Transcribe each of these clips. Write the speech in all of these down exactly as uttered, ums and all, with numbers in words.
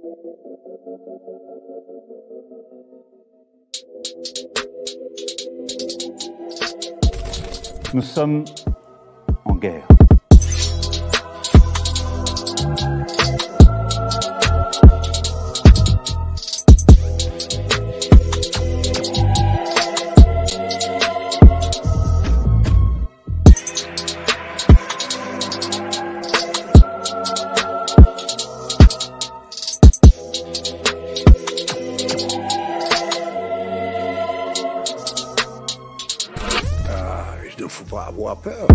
Nous sommes en guerre. Il ne faut pas avoir peur.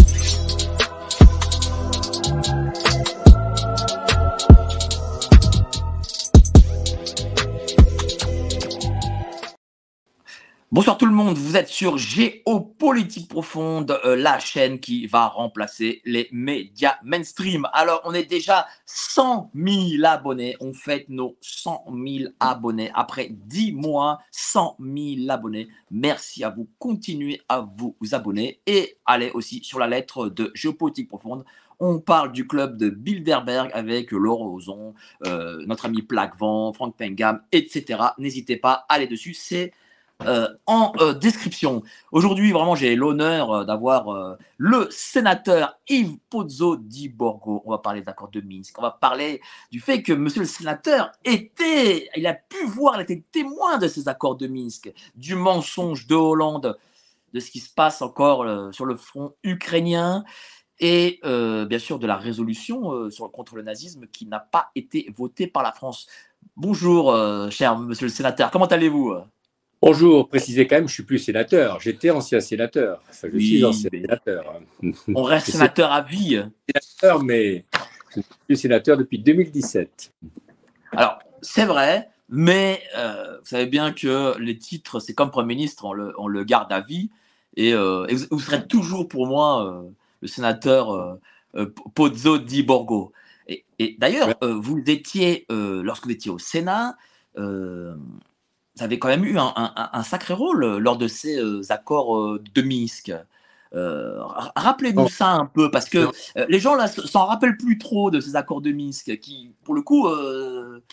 Bonsoir tout le monde, vous êtes sur Géopolitique Profonde, euh, la chaîne qui va remplacer les médias mainstream. Alors, on est déjà cent mille abonnés, on fête nos cent mille abonnés. Après dix mois, cent mille abonnés. Merci à vous, continuez à vous abonner et allez aussi sur la lettre de Géopolitique Profonde. On parle du club de Bilderberg avec Laurent Ozon, euh, notre ami Plaquevent, Franck Pengam, et cetera. N'hésitez pas, allez dessus, c'est Euh, en euh, description. Aujourd'hui, vraiment, j'ai l'honneur euh, d'avoir euh, le sénateur Yves Pozzo di Borgo. On va parler des accords de Minsk. On va parler du fait que monsieur le sénateur était, il a pu voir, il était témoin de ces accords de Minsk, du mensonge de Hollande, de ce qui se passe encore euh, sur le front ukrainien et euh, bien sûr de la résolution euh, sur, contre le nazisme qui n'a pas été votée par la France. Bonjour, euh, cher monsieur le sénateur, comment allez-vous ? Bonjour, précisez quand même, je ne suis plus sénateur. J'étais ancien sénateur. Enfin, je Oui, suis ancien mais sénateur. on reste sénateur à vie. Sénateur, mais je ne suis plus sénateur depuis deux mille dix-sept. Alors, c'est vrai, mais euh, vous savez bien que les titres, c'est comme Premier ministre, on le, on le garde à vie. Et, euh, et vous, vous serez toujours pour moi euh, le sénateur euh, euh, Pozzo di Borgo. Et, et d'ailleurs, Ouais. euh, vous étiez, euh, lorsque vous étiez au Sénat, euh, vous avez quand même eu un, un, un sacré rôle lors de ces euh, accords euh, de Minsk. Euh, ra- rappelez-nous Non, ça un peu, parce que non. euh, les gens là s- s'en rappellent plus trop de ces accords de Minsk, qui, pour le coup, euh,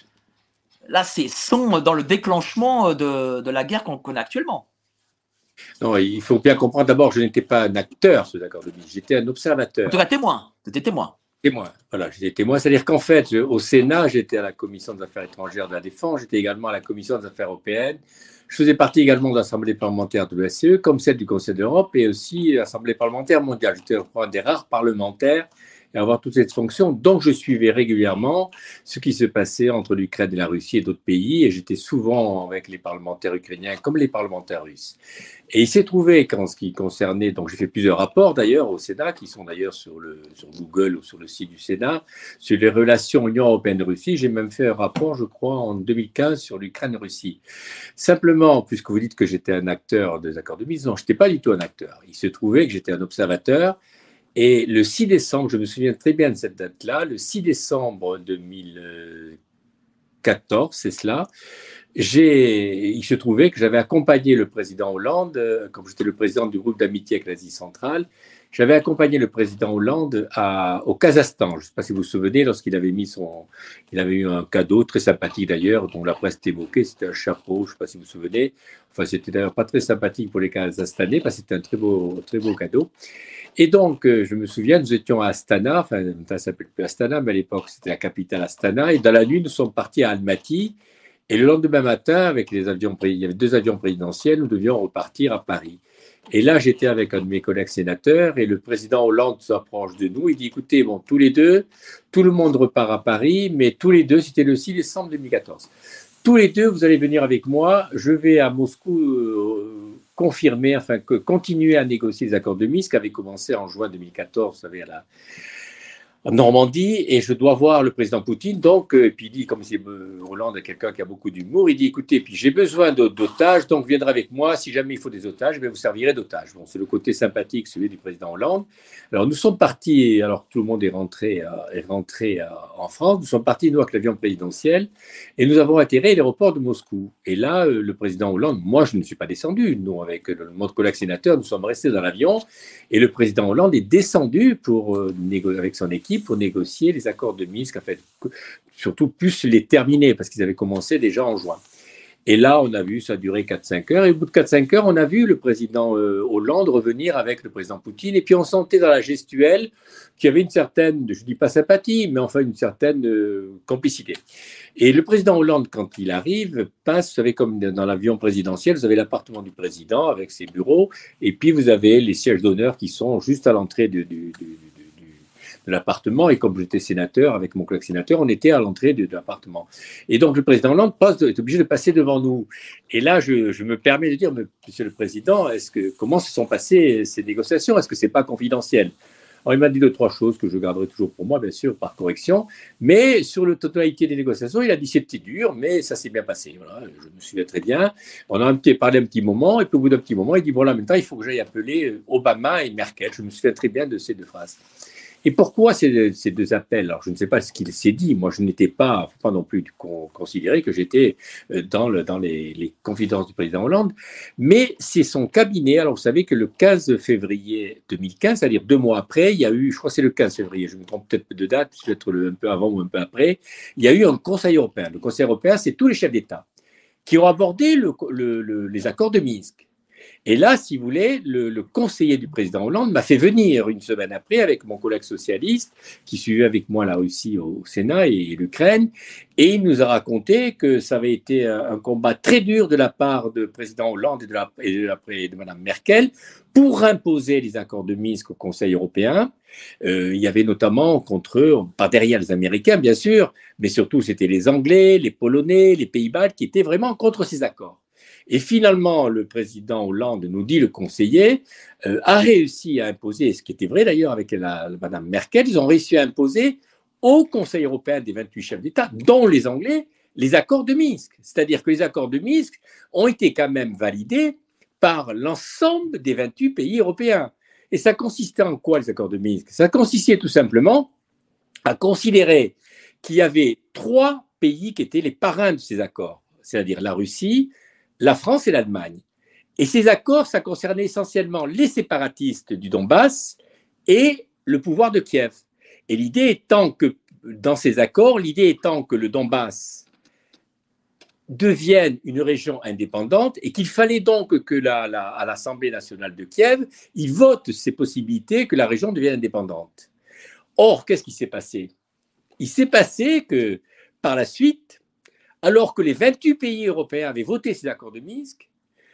là, c'est sont dans le déclenchement de, de la guerre qu'on connaît actuellement. Non, il faut bien comprendre d'abord, je n'étais pas un acteur, ce accord de Minsk. J'étais un En observateur. tout cas, témoin. C'était témoin. Témoin. Voilà, j'étais témoin. C'est-à-dire qu'en fait, je- au Sénat, j'étais à la Commission des Affaires étrangères de la Défense, j'étais également à la Commission des Affaires européennes. Je faisais partie également de l'Assemblée parlementaire de l'O S C E, comme celle du Conseil de l'Europe, et aussi l'Assemblée parlementaire mondiale. J'étais je crois, un des rares parlementaires à avoir toute cette fonction. Donc, je suivais régulièrement ce qui se passait entre l'Ukraine et la Russie et d'autres pays, et j'étais souvent avec les parlementaires ukrainiens comme les parlementaires russes. Et il s'est trouvé qu'en ce qui concernait, donc j'ai fait plusieurs rapports d'ailleurs au Sénat, qui sont d'ailleurs sur, le, sur Google ou sur le site du Sénat, sur les relations Union européenne-Russie. J'ai même fait un rapport, je crois, en deux mille quinze sur l'Ukraine-Russie. Simplement, puisque vous dites que j'étais un acteur des accords de Minsk, non, je n'étais pas du tout un acteur. Il se trouvait que j'étais un observateur. Et le six décembre, je me souviens très bien de cette date-là, le six décembre deux mille quatorze, c'est cela, j'ai, il se trouvait que j'avais accompagné le président Hollande, euh, comme j'étais le président du groupe d'amitié avec l'Asie centrale, j'avais accompagné le président Hollande à, au Kazakhstan. Je ne sais pas si vous vous souvenez, lorsqu'il avait mis son, il avait eu un cadeau très sympathique d'ailleurs, dont la presse évoquée, c'était un chapeau, je ne sais pas si vous vous souvenez. Enfin, c'était d'ailleurs pas très sympathique pour les Kazakhstanais, parce que c'était un très beau, très beau cadeau. Et donc, euh, je me souviens, nous étions à Astana, enfin, ça ne s'appelle plus Astana, mais à l'époque, c'était la capitale Astana, et dans la nuit, nous sommes partis à Almaty. Et le lendemain matin, avec les avions, il y avait deux avions présidentiels, nous devions repartir à Paris. Et là, j'étais avec un de mes collègues sénateurs et le président Hollande s'approche de nous. Il dit, écoutez, bon, tous les deux, tout le monde repart à Paris, mais tous les deux, c'était le six décembre deux mille quatorze. Tous les deux, vous allez venir avec moi. Je vais à Moscou euh, confirmer, enfin, que, continuer à négocier les accords de Minsk qui avaient commencé en juin deux mille quatorze, vous savez, à la, en Normandie, et je dois voir le président Poutine. Donc, euh, et puis il dit, comme c'est euh, Hollande est quelqu'un qui a beaucoup d'humour, il dit, écoutez, puis j'ai besoin de- d'otages, donc viendrez avec moi. Si jamais il faut des otages, je vais vous servirai d'otages. Bon, c'est le côté sympathique, celui du président Hollande. Alors, nous sommes partis, alors tout le monde est rentré, euh, est rentré euh, en France. Nous sommes partis, nous, avec l'avion présidentiel, et nous avons atterri à l'aéroport de Moscou. Et là, euh, le président Hollande, moi, je ne suis pas descendu. Nous, avec euh, mon collègue sénateur, nous sommes restés dans l'avion, et le président Hollande est descendu pour, euh, négo- avec son équipe, équipe pour négocier les accords de Minsk, en fait, surtout plus les terminer, parce qu'ils avaient commencé déjà en juin. Et là, on a vu, ça a duré quatre cinq heures. Et au bout de quatre cinq heures, on a vu le président euh, Hollande revenir avec le président Poutine. Et puis, on sentait dans la gestuelle qu'il y avait une certaine, je ne dis pas sympathie, mais enfin une certaine euh, complicité. Et le président Hollande, quand il arrive, passe, vous savez, comme dans l'avion présidentiel, vous avez l'appartement du président avec ses bureaux. Et puis, vous avez les sièges d'honneur qui sont juste à l'entrée du, du, du, du de l'appartement, et comme j'étais sénateur, avec mon collègue sénateur, on était à l'entrée de, de l'appartement. Et donc, le président Hollande passe, est obligé de passer devant nous. Et là, je, je me permets de dire, Monsieur le Président, est-ce que, comment se sont passées ces négociations? Est-ce que ce n'est pas confidentiel? Alors, il m'a dit deux, trois choses que je garderai toujours pour moi, bien sûr, par correction. Mais sur la totalité des négociations, il a dit c'était dur, mais ça s'est bien passé. Voilà, je me souviens très bien. On a un petit, parlé un petit moment, et puis au bout d'un petit moment, il dit, bon, là, maintenant, il faut que j'aille appeler Obama et Merkel. Je me souviens très bien de ces deux phrases. Et pourquoi ces, ces deux appels? Alors, je ne sais pas ce qu'il s'est dit. Moi, je n'étais pas, il ne faut pas non plus considérer que j'étais dans, le, dans les, les confidences du président Hollande, mais c'est son cabinet. Alors, vous savez que le quinze février deux mille quinze, c'est-à-dire deux mois après, il y a eu, je crois que c'est le quinze février, je me trompe peut-être de date, peut-être un peu avant ou un peu après, il y a eu un Conseil européen. Le Conseil européen, c'est tous les chefs d'État qui ont abordé le, le, le, les accords de Minsk. Et là, si vous voulez, le, le conseiller du président Hollande m'a fait venir une semaine après avec mon collègue socialiste qui suivait avec moi la Russie au Sénat et, et l'Ukraine, et il nous a raconté que ça avait été un, un combat très dur de la part du président Hollande et de, la, et de, la, et de Mme Merkel pour imposer les accords de Minsk au Conseil européen. Euh, il y avait notamment contre eux, pas derrière les Américains bien sûr, mais surtout c'était les Anglais, les Polonais, les Pays-Bas qui étaient vraiment contre ces accords. Et finalement, le président Hollande, nous dit le conseiller, euh, a réussi à imposer, ce qui était vrai d'ailleurs avec la, la, Mme Merkel, ils ont réussi à imposer au Conseil européen des vingt-huit chefs d'État, dont les Anglais, les accords de Minsk. C'est-à-dire que les accords de Minsk ont été quand même validés par l'ensemble des vingt-huit pays européens. Et ça consistait en quoi, les accords de Minsk? Ça consistait tout simplement à considérer qu'il y avait trois pays qui étaient les parrains de ces accords, c'est-à-dire la Russie, la France et l'Allemagne. Et ces accords, ça concernait essentiellement les séparatistes du Donbass et le pouvoir de Kiev. Et l'idée étant que, dans ces accords, l'idée étant que le Donbass devienne une région indépendante et qu'il fallait donc que la, la, à l'Assemblée nationale de Kiev, ils votent ces possibilités que la région devienne indépendante. Or, qu'est-ce qui s'est passé? Il s'est passé que, par la suite, alors que les vingt-huit pays européens avaient voté ces accords de Minsk,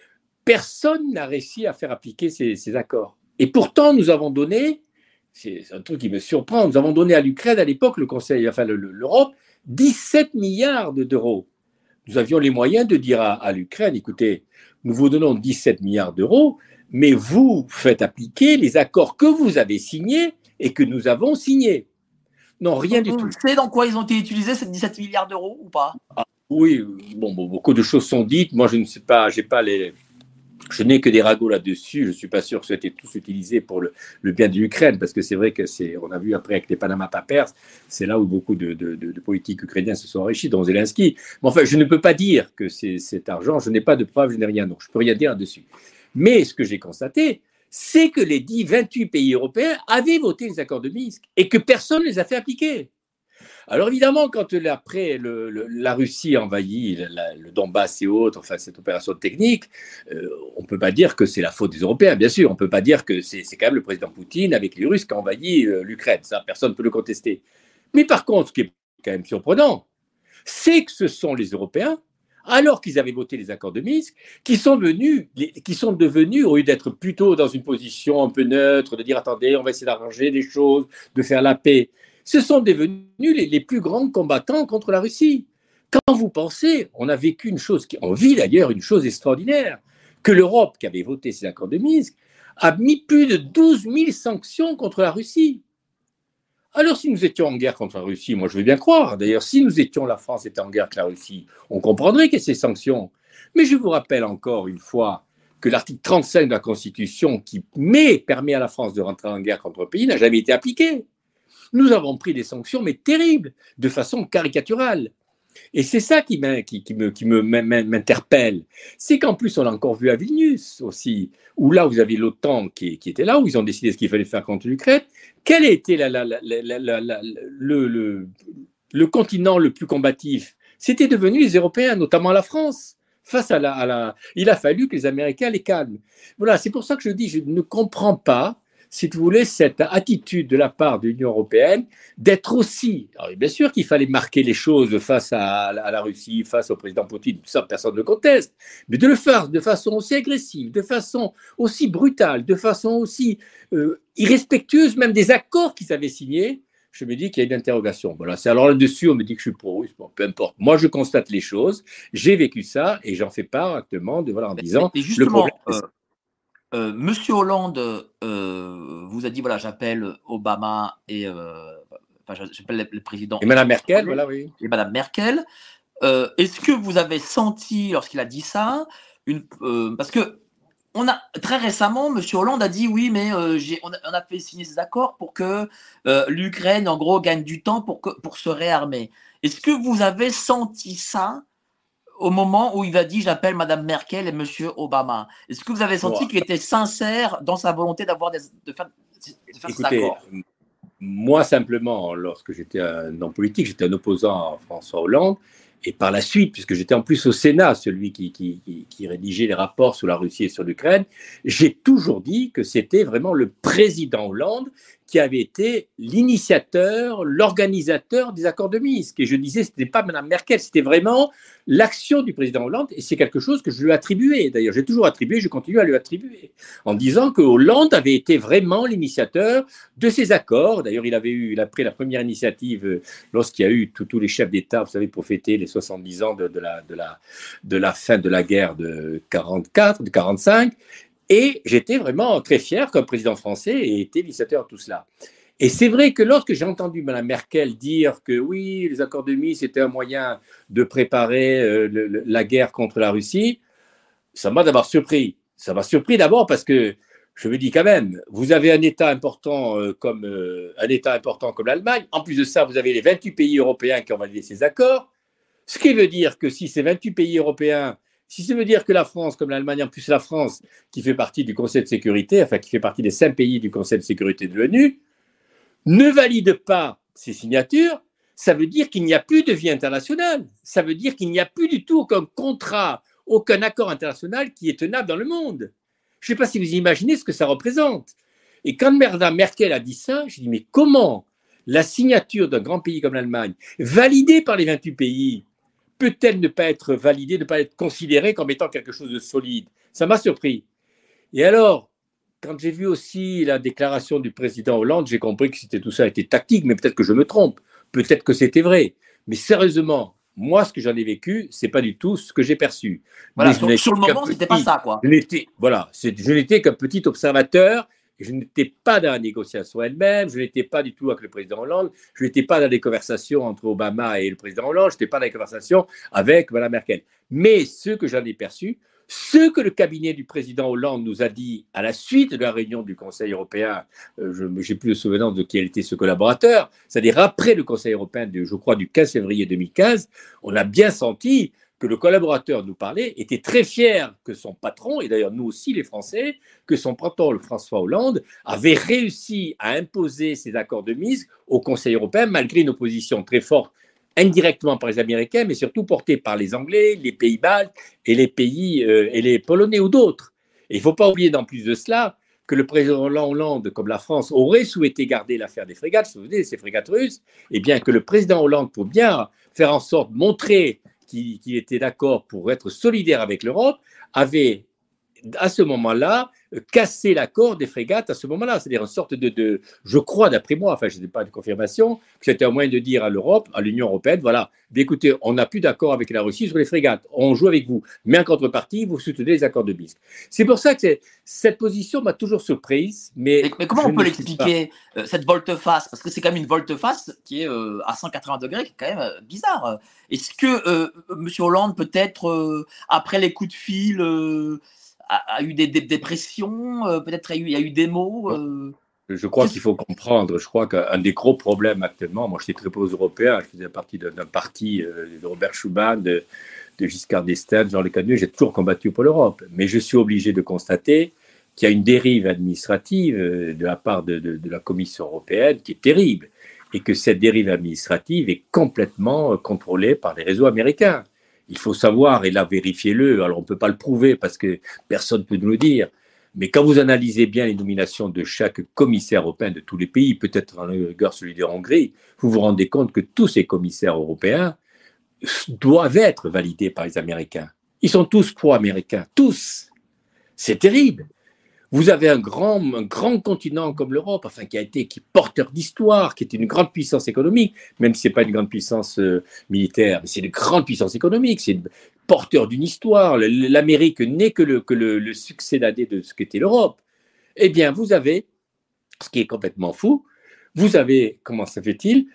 personne n'a réussi à faire appliquer ces, ces accords. Et pourtant, nous avons donné, c'est un truc qui me surprend, nous avons donné à l'Ukraine à l'époque, le Conseil, enfin le, le, l'Europe, dix-sept milliards d'euros. Nous avions les moyens de dire à, à l'Ukraine, écoutez, nous vous donnons dix-sept milliards d'euros, mais vous faites appliquer les accords que vous avez signés et que nous avons signés. Non, rien du tout. Vous savez dans quoi ils ont été utilisés, ces dix-sept milliards d'euros, ou pas? Ah, oui, bon, bon, beaucoup de choses sont dites. Moi, je ne sais pas, j'ai pas les... je n'ai que des ragots là-dessus. Je ne suis pas sûr que ça ait été tous utilisé pour le, le bien de l'Ukraine, parce que c'est vrai que c'est, on a vu après avec les Panama Papers, c'est là où beaucoup de, de, de, de politiques ukrainiens se sont enrichis, dont Zelensky. Mais enfin, je ne peux pas dire que c'est cet argent, je n'ai pas de preuves, je n'ai rien, donc je ne peux rien dire là-dessus. Mais ce que j'ai constaté, c'est que les dix, vingt-huit pays européens avaient voté les accords de Minsk et que personne ne les a fait appliquer. Alors évidemment, quand après le, le, la Russie envahit la, le Donbass et autres, enfin cette opération technique, euh, on ne peut pas dire que c'est la faute des Européens, bien sûr. On ne peut pas dire que c'est, c'est quand même le président Poutine avec les Russes qui a envahi euh, l'Ukraine. Ça, personne ne peut le contester. Mais par contre, ce qui est quand même surprenant, c'est que ce sont les Européens, alors qu'ils avaient voté les accords de Minsk, qui sont venus, les, qui sont devenus, au lieu d'être plutôt dans une position un peu neutre, de dire attendez, on va essayer d'arranger les choses, de faire la paix, ce sont devenus les, les plus grands combattants contre la Russie. Quand vous pensez, on a vécu une chose, on vit d'ailleurs une chose extraordinaire, que l'Europe, qui avait voté ces accords de Minsk, a mis plus de douze mille sanctions contre la Russie. Alors, si nous étions en guerre contre la Russie, moi je veux bien croire, d'ailleurs, si nous étions, la France était en guerre avec la Russie, on comprendrait qu'il y ait ces sanctions. Mais je vous rappelle encore une fois que l'article trente-cinq de la Constitution, qui met, permet à la France de rentrer en guerre contre un pays, n'a jamais été appliqué. Nous avons pris des sanctions, mais terribles, de façon caricaturale. Et c'est ça qui, qui, qui me, qui me, m'interpelle. C'est qu'en plus, on l'a encore vu à Vilnius aussi, où là, vous avez l'OTAN qui, qui était là, où ils ont décidé ce qu'il fallait faire contre l'Ukraine. Quel a été la, la, la, la, la, la, le, le, le continent le plus combatif? C'était devenu les Européens, notamment la France. Face à la, à la, il a fallu que les Américains les calment. Voilà, c'est pour ça que je dis, je ne comprends pas, si vous voulez, cette attitude de la part de l'Union européenne d'être aussi, alors bien sûr qu'il fallait marquer les choses face à, à la Russie, face au président Poutine, ça personne ne conteste, mais de le faire de façon aussi agressive, de façon aussi brutale, de façon aussi euh, irrespectueuse même des accords qu'ils avaient signés. Je me dis qu'il y a une interrogation. Voilà, c'est alors là-dessus, on me dit que je suis pro-russe. Bon, peu importe. Moi, je constate les choses, j'ai vécu ça et j'en fais part actuellement de, voilà, en disant mais, mais justement, le problème. Euh, euh, Monsieur Hollande euh, vous a dit voilà, j'appelle Obama et euh, enfin, j'appelle le président. Et Madame Merkel, voilà, oui. Et Madame Merkel. Euh, est-ce que vous avez senti, lorsqu'il a dit ça, une, euh, parce que on a, très récemment, M. Hollande a dit oui, mais euh, j'ai, on, a, on a fait signer ces accords pour que euh, l'Ukraine, en gros, gagne du temps pour, que, pour se réarmer. Est-ce que vous avez senti ça au moment où il a dit j'appelle Mme Merkel et M. Obama? Est-ce que vous avez senti wow. qu'il était sincère dans sa volonté d'avoir des, de faire, de faire Écoutez, ces accords? Moi, simplement, lorsque j'étais un homme politique, j'étais un opposant à François Hollande. Et par la suite, puisque j'étais en plus au Sénat, celui qui, qui, qui, qui rédigeait les rapports sur la Russie et sur l'Ukraine, j'ai toujours dit que c'était vraiment le président Hollande qui avait été l'initiateur, l'organisateur des accords de Minsk. Et je disais, ce n'était pas Mme Merkel, c'était vraiment l'action du président Hollande. Et c'est quelque chose que je lui ai attribué. D'ailleurs, j'ai toujours attribué, je continue à lui attribuer, en disant que Hollande avait été vraiment l'initiateur de ces accords. D'ailleurs, il avait eu, il a pris la première initiative lorsqu'il y a eu tous les chefs d'État, vous savez, pour fêter les soixante-dix ans de, de, la, de, la, de la fin de la guerre de quarante-quatre, de quarante-cinq. Et j'étais vraiment très fier qu'un président français ait été l'initiateur de tout cela. Et c'est vrai que lorsque j'ai entendu Mme Merkel dire que oui, les accords de Minsk c'était un moyen de préparer euh, le, le, la guerre contre la Russie, ça m'a d'abord surpris. Ça m'a surpris d'abord parce que je me dis quand même, vous avez un État important euh, comme euh, un État important comme l'Allemagne. En plus de ça, vous avez les vingt-huit pays européens qui ont validé ces accords. Ce qui veut dire que si ces vingt-huit pays européens, si ça veut dire que la France, comme l'Allemagne, en plus la France, qui fait partie du Conseil de sécurité, enfin qui fait partie des cinq pays du Conseil de sécurité de l'ONU, ne valide pas ces signatures, ça veut dire qu'il n'y a plus de vie internationale. Ça veut dire qu'il n'y a plus du tout aucun contrat, aucun accord international qui est tenable dans le monde. Je ne sais pas si vous imaginez ce que ça représente. Et quand Mme Merkel a dit ça, je dis mais comment la signature d'un grand pays comme l'Allemagne, validée par les vingt-huit pays, peut-elle ne pas être validée, ne pas être considérée comme étant quelque chose de solide? Ça m'a surpris. Et alors, quand j'ai vu aussi la déclaration du président Hollande, j'ai compris que c'était, tout ça était tactique, mais peut-être que je me trompe, peut-être que c'était vrai. Mais sérieusement, moi, ce que j'en ai vécu, c'est pas du tout ce que j'ai perçu. Voilà, mais donc, sur le moment, petit, c'était pas ça, quoi. Je n'étais, voilà, c'est, je n'étais qu'un petit observateur. Je n'étais pas dans la négociation elle-même, je n'étais pas du tout avec le président Hollande, je n'étais pas dans les conversations entre Obama et le président Hollande, je n'étais pas dans les conversations avec Mme Merkel. Mais ce que j'en ai perçu, ce que le cabinet du président Hollande nous a dit à la suite de la réunion du Conseil européen, euh, je n'ai plus le souvenir de qui était ce collaborateur, c'est-à-dire après le Conseil européen, de, je crois, du quinze février deux mille quinze, on a bien senti que le collaborateur nous parlait, était très fier que son patron, et d'ailleurs nous aussi les Français, que son patron, le François Hollande, avait réussi à imposer ces accords de Minsk au Conseil européen, malgré une opposition très forte, indirectement par les Américains, mais surtout portée par les Anglais, les Pays-Baltes et les pays euh, et les Polonais ou d'autres. Et il ne faut pas oublier, en plus de cela, que le président Hollande, comme la France, aurait souhaité garder l'affaire des frégates, vous vous souvenez, ces frégates russes, et bien que le président Hollande, pour bien faire en sorte de montrer Qui, qui était d'accord pour être solidaire avec l'Europe, avait à ce moment-là cassé l'accord des frégates à ce moment-là. C'est-à-dire une sorte de, de je crois d'après moi, enfin je n'ai pas de confirmation, que c'était un moyen de dire à l'Europe, à l'Union européenne, voilà, écoutez, on n'a plus d'accord avec la Russie sur les frégates, on joue avec vous, mais en contrepartie, vous soutenez les accords de Minsk. C'est pour ça que cette position m'a toujours surprise. Mais, mais, mais comment on peut l'expliquer, euh, cette volte-face? Parce que c'est quand même une volte-face qui est euh, à cent quatre-vingts degrés, qui est quand même euh, bizarre. Est-ce que euh, M. Hollande, peut-être, euh, après les coups de fil, euh, a, a eu des, des, des pressions, euh, peut-être il y a eu des mots euh... Je crois qu'il faut comprendre, je crois qu'un des gros problèmes actuellement, moi j'étais très pro-européen, je faisais partie d'un parti euh, de Robert Schuman, de, de Giscard d'Estaing, Jean Le Canuet, j'ai toujours combattu pour l'Europe. Mais je suis obligé de constater qu'il y a une dérive administrative euh, de la part de, de, de la Commission européenne qui est terrible, et que cette dérive administrative est complètement contrôlée par les réseaux américains. Il faut savoir, et là vérifiez-le, alors on ne peut pas le prouver parce que personne ne peut nous le dire, mais quand vous analysez bien les nominations de chaque commissaire européen de tous les pays, peut-être en rigueur celui de Hongrie, vous vous rendez compte que tous ces commissaires européens doivent être validés par les Américains. Ils sont tous pro-américains, tous. C'est terrible. Vous avez un grand, un grand continent comme l'Europe, enfin, qui a été qui est porteur d'histoire, qui est une grande puissance économique, même si ce n'est pas une grande puissance euh, militaire, mais c'est une grande puissance économique, c'est une, porteur d'une histoire. L'Amérique n'est que le, que le, le succédané de ce qu'était l'Europe. Eh bien, vous avez, ce qui est complètement fou, vous avez, comment ça fait-il,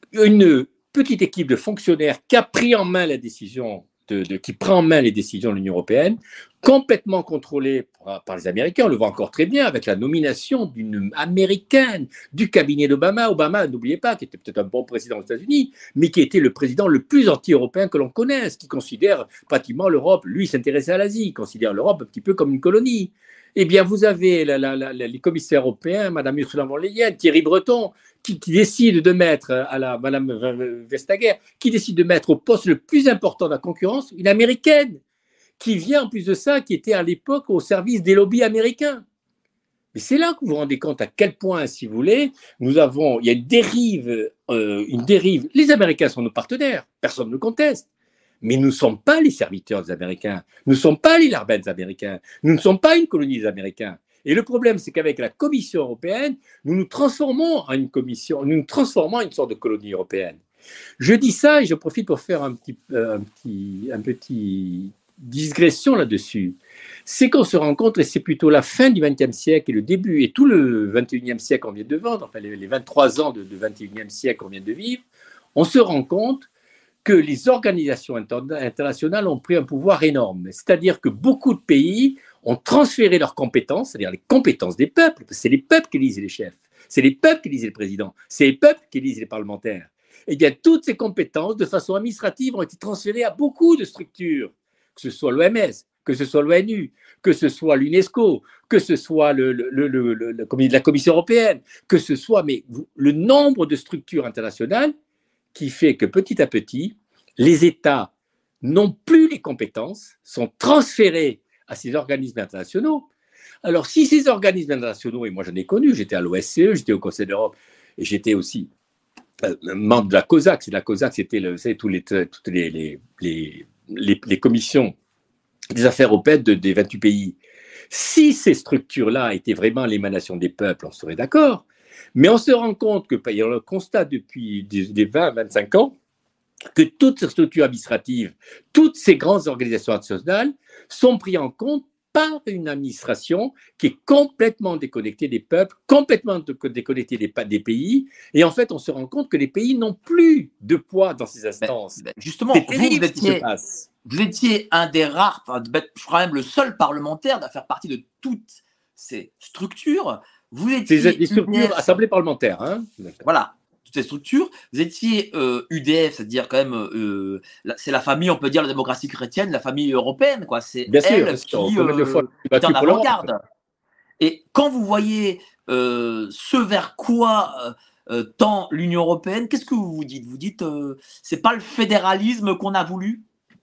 une petite équipe de fonctionnaires qui a pris en main la décision, de, de, qui prend en main les décisions de l'Union européenne, complètement contrôlée par, par les Américains. On le voit encore très bien avec la nomination d'une Américaine du cabinet d'Obama. Obama, n'oubliez pas, qui était peut-être un bon président aux États-Unis, mais qui était le président le plus anti-européen que l'on connaisse, qui considère pratiquement l'Europe, lui s'intéressait à l'Asie, considère l'Europe un petit peu comme une colonie. Eh bien, vous avez la, la, la, les commissaires européens, Mme Ursula von der Leyen, Thierry Breton, qui, qui décide de mettre à la Mme Vestager, qui décide de mettre au poste le plus important de la concurrence une Américaine, qui vient en plus de ça, qui était à l'époque au service des lobbies américains. Mais c'est là que vous vous rendez compte à quel point, si vous voulez, nous avons, il y a une dérive, euh, une dérive. Les Américains sont nos partenaires, personne ne le conteste. Mais nous ne sommes pas les serviteurs des Américains, nous ne sommes pas les larbins des Américains, nous ne sommes pas une colonie des Américains. Et le problème, c'est qu'avec la Commission européenne, nous nous transformons en une commission, nous nous transformons en une sorte de colonie européenne. Je dis ça et je profite pour faire un petit, un petit, un petit digression là-dessus. C'est qu'on se rend compte, et c'est plutôt la fin du vingtième siècle et le début, et tout le vingt et unième siècle qu'on vient de vivre, enfin les, les vingt-trois ans de, de vingt et unième siècle qu'on vient de vivre, on se rend compte que les organisations internationales ont pris un pouvoir énorme. C'est-à-dire que beaucoup de pays ont transféré leurs compétences, c'est-à-dire les compétences des peuples, parce que c'est les peuples qui élisent les chefs, c'est les peuples qui élisent les présidents, c'est les peuples qui élisent les parlementaires. Et bien, toutes ces compétences, de façon administrative, ont été transférées à beaucoup de structures, que ce soit l'O M S, que ce soit l'ONU, que ce soit l'UNESCO, que ce soit le, le, le, le, le, le, la Commission européenne, que ce soit mais, le nombre de structures internationales qui fait que petit à petit, les États n'ont plus les compétences, sont transférés à ces organismes internationaux. Alors, si ces organismes internationaux, et moi j'en ai connu, j'étais à l'O S C E, j'étais au Conseil d'Europe, et j'étais aussi euh, membre de la COSAC, c'est la COSAC, c'était le, vous savez, tous les, toutes les, les, les, les, les commissions des affaires européennes de, des vingt-huit pays. Si ces structures-là étaient vraiment l'émanation des peuples, on serait d'accord. Mais on se rend compte que, on le constate depuis des vingt à vingt-cinq ans, que toutes ces structures administratives, toutes ces grandes organisations internationales sont prises en compte par une administration qui est complètement déconnectée des peuples, complètement déconnectée des, des pays. Et en fait, on se rend compte que les pays n'ont plus de poids dans ces instances. Ben, ben justement, c'est terrible vous, vous, étiez, ce qui se passe. Vous étiez un des rares, je crois même le seul parlementaire à faire partie de toutes ces structures. Vous étiez c'est des structures, assemblées parlementaires. Hein. Voilà. Toutes ces structures, vous étiez euh, U D F, c'est-à-dire quand même, euh, la, c'est la famille, on peut dire, la démocratie chrétienne, la famille européenne, quoi. C'est Bien elle sûr, qui euh, est en avant-garde. Et quand vous voyez euh, ce vers quoi euh, tend l'Union européenne, qu'est-ce que vous vous dites? Vous dites, euh, c'est pas le fédéralisme qu'on a voulu?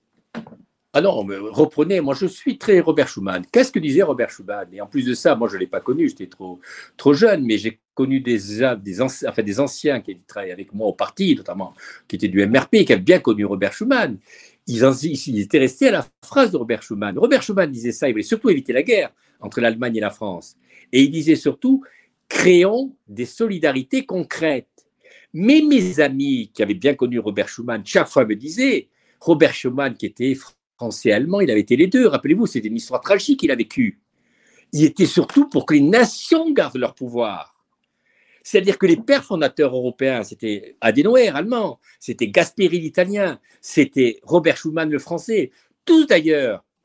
Ah non, mais reprenez, moi je suis très Robert Schuman. Qu'est-ce que disait Robert Schuman? Et en plus de ça, moi je ne l'ai pas connu, j'étais trop, trop jeune, mais j'ai connu des, des, anciens, enfin, des anciens qui travaillaient avec moi au parti, notamment, qui étaient du M R P, qui avaient bien connu Robert Schuman. Ils, ils étaient restés à la phrase de Robert Schuman. Robert Schuman disait ça, il voulait surtout éviter la guerre entre l'Allemagne et la France. Et il disait surtout, créons des solidarités concrètes. Mais mes amis qui avaient bien connu Robert Schuman, chaque fois me disaient, Robert Schuman qui était français et allemand, il avait été les deux. Rappelez-vous, c'était une histoire tragique qu'il a vécue. Il était surtout pour que les nations gardent leur pouvoir. C'est-à-dire que les pères fondateurs européens, c'était Adenauer, allemand, c'était Gasperi, l'italien, c'était Robert Schuman, le français. Tous d'ailleurs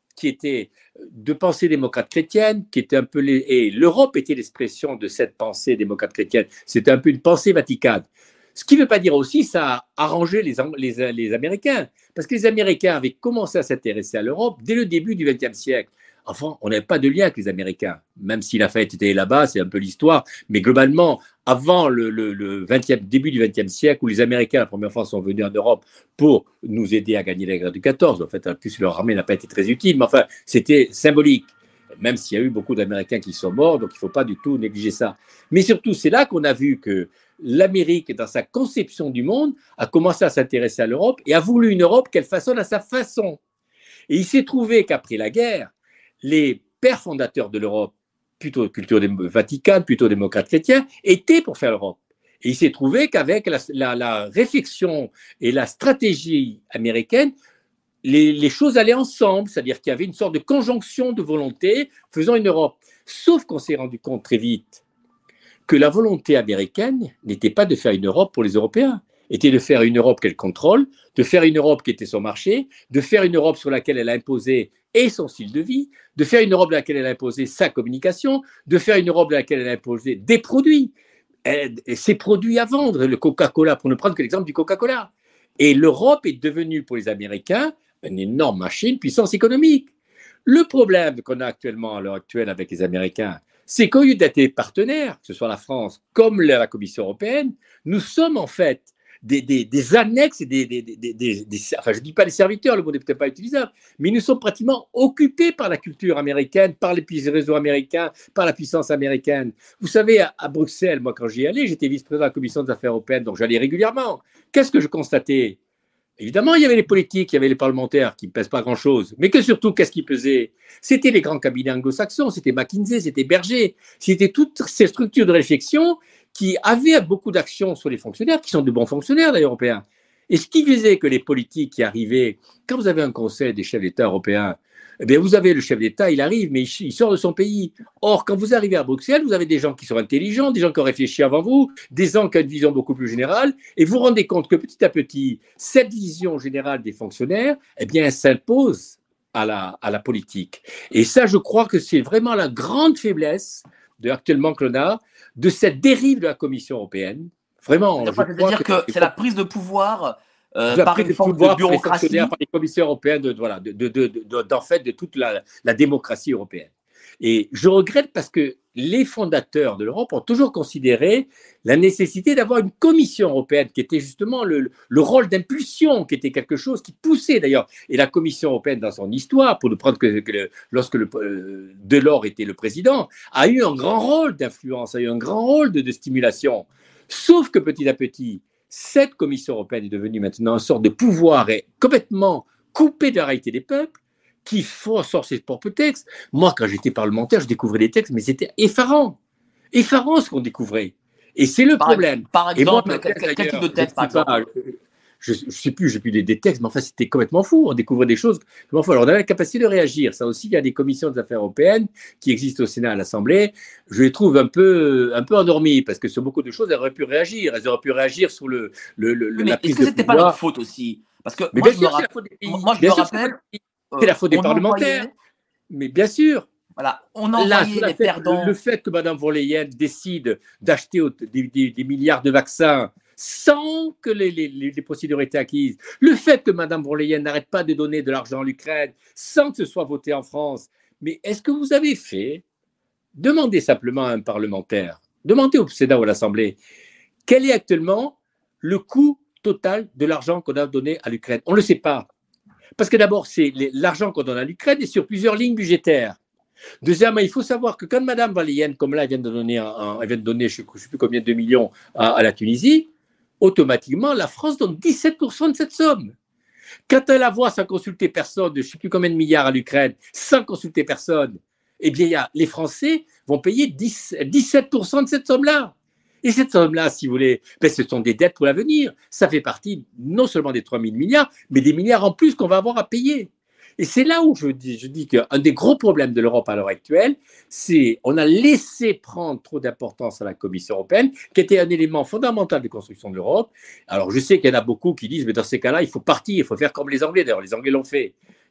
qui était de pensée démocrate chrétienne, qui était un peu les, et l'Europe était l'expression de cette pensée démocrate chrétienne. C'était un peu une pensée vaticane. Ce qui ne veut pas dire aussi ça a arrangé les, les, les Américains, parce que les Américains avaient commencé à s'intéresser à l'Europe dès le début du vingtième siècle. Enfin, on n'avait pas de lien avec les Américains, même si Lafayette était là-bas, c'est un peu l'histoire. Mais globalement, avant le, le, le vingtième, début du vingtième siècle, où les Américains, la première fois, sont venus en Europe pour nous aider à gagner la guerre du quatorze, en fait, en plus, leur armée n'a pas été très utile, mais enfin, c'était symbolique, même s'il y a eu beaucoup d'Américains qui sont morts, donc il ne faut pas du tout négliger ça. Mais surtout, c'est là qu'on a vu que l'Amérique, dans sa conception du monde, a commencé à s'intéresser à l'Europe et a voulu une Europe qu'elle façonne à sa façon. Et il s'est trouvé qu'après la guerre, les pères fondateurs de l'Europe, plutôt culture vaticane, plutôt démocrate chrétien, étaient pour faire l'Europe. Et il s'est trouvé qu'avec la, la, la réflexion et la stratégie américaine, les, les choses allaient ensemble, c'est-à-dire qu'il y avait une sorte de conjonction de volonté faisant une Europe. Sauf qu'on s'est rendu compte très vite que la volonté américaine n'était pas de faire une Europe pour les Européens, était de faire une Europe qu'elle contrôle, de faire une Europe qui était son marché, de faire une Europe sur laquelle elle a imposé et son style de vie, de faire une Europe dans laquelle elle a imposé sa communication, de faire une Europe dans laquelle elle a imposé des produits, et ses produits à vendre, le Coca-Cola, pour ne prendre que l'exemple du Coca-Cola. Et l'Europe est devenue pour les Américains une énorme machine, puissance économique. Le problème qu'on a actuellement à l'heure actuelle avec les Américains, c'est qu'au lieu d'être des partenaires, que ce soit la France comme la Commission européenne, nous sommes en fait Des, des, des annexes, et des, des, des, des, des, enfin je ne dis pas les serviteurs, le mot n'est peut-être pas utilisable, mais nous sommes pratiquement occupés par la culture américaine, par les réseaux américains, par la puissance américaine. Vous savez, à, à Bruxelles, moi quand j'y allais, j'étais vice-président de la Commission des affaires européennes, donc j'allais régulièrement. Qu'est-ce que je constatais ? Évidemment, il y avait les politiques, il y avait les parlementaires qui ne pèsent pas grand-chose, mais que surtout, qu'est-ce qui pesait ? C'était les grands cabinets anglo-saxons, c'était McKinsey, c'était Berger, c'était toutes ces structures de réflexion qui avaient beaucoup d'actions sur les fonctionnaires, qui sont de bons fonctionnaires d'ailleurs européens. Et ce qui faisait que les politiques qui arrivaient, quand vous avez un conseil des chefs d'État européens, eh bien vous avez le chef d'État, il arrive, mais il sort de son pays. Or, quand vous arrivez à Bruxelles, vous avez des gens qui sont intelligents, des gens qui ont réfléchi avant vous, des gens qui ont une vision beaucoup plus générale, et vous vous rendez compte que petit à petit, cette vision générale des fonctionnaires, eh bien, elle s'impose à la, à la politique. Et ça, je crois que c'est vraiment la grande faiblesse de, actuellement que l'on a, de cette dérive de la Commission européenne. Vraiment, je c'est-à-dire crois que, que, que c'est la prise de pouvoir euh, la par prise une de forme pouvoir de bureaucratie. Par les, par les commissaires européennes, de, voilà, de, de, de, de, d'en fait, de toute la, la démocratie européenne. Et je regrette parce que les fondateurs de l'Europe ont toujours considéré la nécessité d'avoir une commission européenne qui était justement le, le rôle d'impulsion, qui était quelque chose qui poussait d'ailleurs. Et la Commission européenne, dans son histoire, pour ne prendre que, que le, lorsque le, euh, Delors était le président, a eu un grand rôle d'influence, a eu un grand rôle de, de stimulation. Sauf que petit à petit, cette Commission européenne est devenue maintenant une sorte de pouvoir et complètement coupée de la réalité des peuples, qui font sortir ses propres textes. Moi, quand j'étais parlementaire, je découvrais des textes, mais c'était effarant. Effarant ce qu'on découvrait. Et c'est le par, problème. Par exemple, moi, quel, quel type de texte, par exemple pas, Je ne sais plus, j'ai plus des, des textes, mais enfin, c'était complètement fou. On découvrait des choses. Enfin, alors, on avait la capacité de réagir. Ça aussi, il y a des commissions des affaires européennes qui existent au Sénat, à l'Assemblée. Je les trouve un peu, un peu endormies, parce que sur beaucoup de choses, elles auraient pu réagir. Elles auraient pu réagir sur le, le, le, oui, la prise de pouvoir. Est-ce que ce n'était pas notre faute aussi ? Parce que mais moi, bien je sûr, me, c'est la faute des pays. moi, je bien me sûr, rappelle. C'est la faute des on parlementaires. envoyait, mais bien sûr. Voilà, on envoyait Là, les fait, perdants. Le, le fait que Mme von Leyen décide d'acheter des, des, des milliards de vaccins sans que les, les, les procédures aient été acquises, le fait que Mme von Leyen n'arrête pas de donner de l'argent à l'Ukraine sans que ce soit voté en France. Mais est-ce que vous avez fait, demandez simplement à un parlementaire, demandez au Sénat ou à l'Assemblée, quel est actuellement le coût total de l'argent qu'on a donné à l'Ukraine? On ne le sait pas. Parce que d'abord, c'est l'argent qu'on donne à l'Ukraine est sur plusieurs lignes budgétaires. Deuxièmement, il faut savoir que quand Mme von Leyen, comme là, elle vient de donner, un, elle vient de donner je ne sais plus combien de millions à, à la Tunisie, automatiquement, la France donne dix-sept pour cent de cette somme. Quand elle la voit sans consulter personne, de je ne sais plus combien de milliards à l'Ukraine, sans consulter personne, eh bien, y a, les Français vont payer dix, dix-sept pour cent de cette somme-là. Et cette somme-là, si vous voulez, ben, ce sont des dettes pour l'avenir. Ça fait partie non seulement des trois mille milliards, mais des milliards en plus qu'on va avoir à payer. Et c'est là où je dis, je dis qu'un des gros problèmes de l'Europe à l'heure actuelle, c'est qu'on a laissé prendre trop d'importance à la Commission européenne, qui était un élément fondamental de construction de l'Europe. Alors, je sais qu'il y en a beaucoup qui disent, mais dans ces cas-là, il faut partir, il faut faire comme les Anglais. D'ailleurs, les Anglais l'ont fait. Il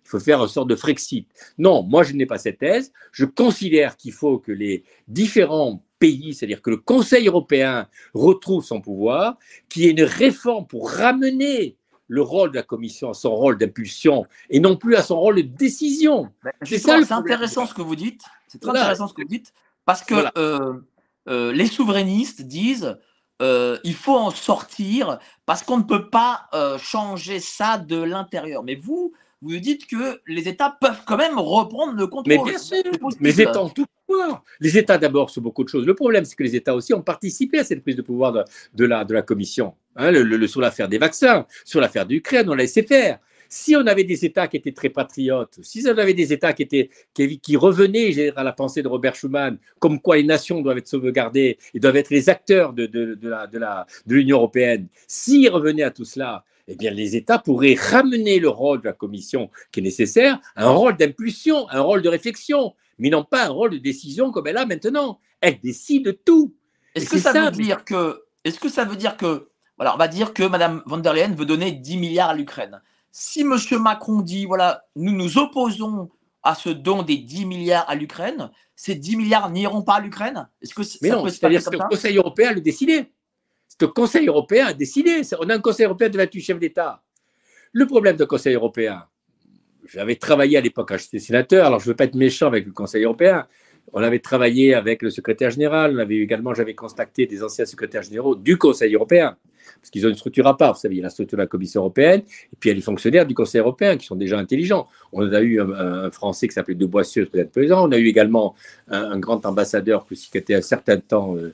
il faut faire une sorte de Frexit. Non, moi je n'ai pas cette thèse. Je considère qu'il faut que les différents pays, c'est-à-dire que le Conseil européen retrouve son pouvoir, qu'il y ait une réforme pour ramener le rôle de la Commission à son rôle d'impulsion et non plus à son rôle de décision. C'est ça. C'est intéressant ce que vous dites. C'est très voilà. intéressant ce que vous dites parce que voilà. euh, euh, les souverainistes disent euh, il faut en sortir parce qu'on ne peut pas euh, changer ça de l'intérieur. Mais vous, vous dites que les États peuvent quand même reprendre le contrôle. Mais bien sûr, mais les États ont tout pouvoir. Les États d'abord sur beaucoup de choses. Le problème, c'est que les États aussi ont participé à cette prise de pouvoir de, de, la, de la Commission. Hein, le, le, sur l'affaire des vaccins, sur l'affaire d'Ukraine, on l'a laissé faire. Si on avait des États qui étaient très patriotes, si on avait des États qui, étaient, qui, qui revenaient à la pensée de Robert Schuman, comme quoi les nations doivent être sauvegardées et doivent être les acteurs de, de, de, la, de, la, de l'Union européenne, s'ils revenaient à tout cela, eh bien, les États pourraient ramener le rôle de la Commission qui est nécessaire, un rôle d'impulsion, un rôle de réflexion, mais non pas un rôle de décision comme elle a maintenant. Elle décide tout. Est-ce que ça, ça veut dire que, est-ce que ça veut dire que, voilà, on va dire que Mme von der Leyen veut donner dix milliards à l'Ukraine. Si M. Macron dit, voilà, nous nous opposons à ce don des dix milliards à l'Ukraine, ces dix milliards n'iront pas à l'Ukraine? Est-ce que mais ça non, peut c'est-à-dire que le Conseil européen le décidé. Le Conseil européen a décidé. On a un Conseil européen de vingt-huit chefs d'État. Le problème du Conseil européen, j'avais travaillé à l'époque quand j'étais sénateur, alors je ne veux pas être méchant avec le Conseil européen. On avait travaillé avec le secrétaire général, on avait également, j'avais contacté des anciens secrétaires généraux du Conseil européen, parce qu'ils ont une structure à part. Vous savez, il y a la structure de la Commission européenne, et puis il y a les fonctionnaires du Conseil européen qui sont déjà intelligents. On a eu un, un Français qui s'appelait De Boissieu, le président. On a eu également un, un grand ambassadeur qui était un certain temps euh,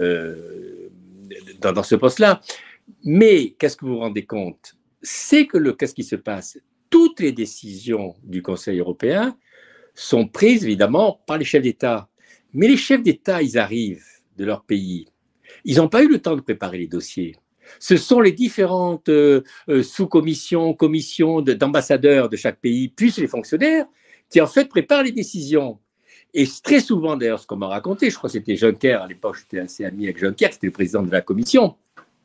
euh, dans, dans ce poste-là. Mais qu'est-ce que vous vous rendez compte? C'est que le, qu'est-ce qui se passe? Toutes les décisions du Conseil européen sont prises évidemment par les chefs d'État. Mais les chefs d'État, ils arrivent de leur pays. Ils n'ont pas eu le temps de préparer les dossiers. Ce sont les différentes euh, sous-commissions, commissions de, d'ambassadeurs de chaque pays, plus les fonctionnaires, qui en fait préparent les décisions. Et très souvent, d'ailleurs, ce qu'on m'a raconté, je crois que c'était Juncker, à l'époque j'étais assez ami avec Juncker, qui était le président de la Commission,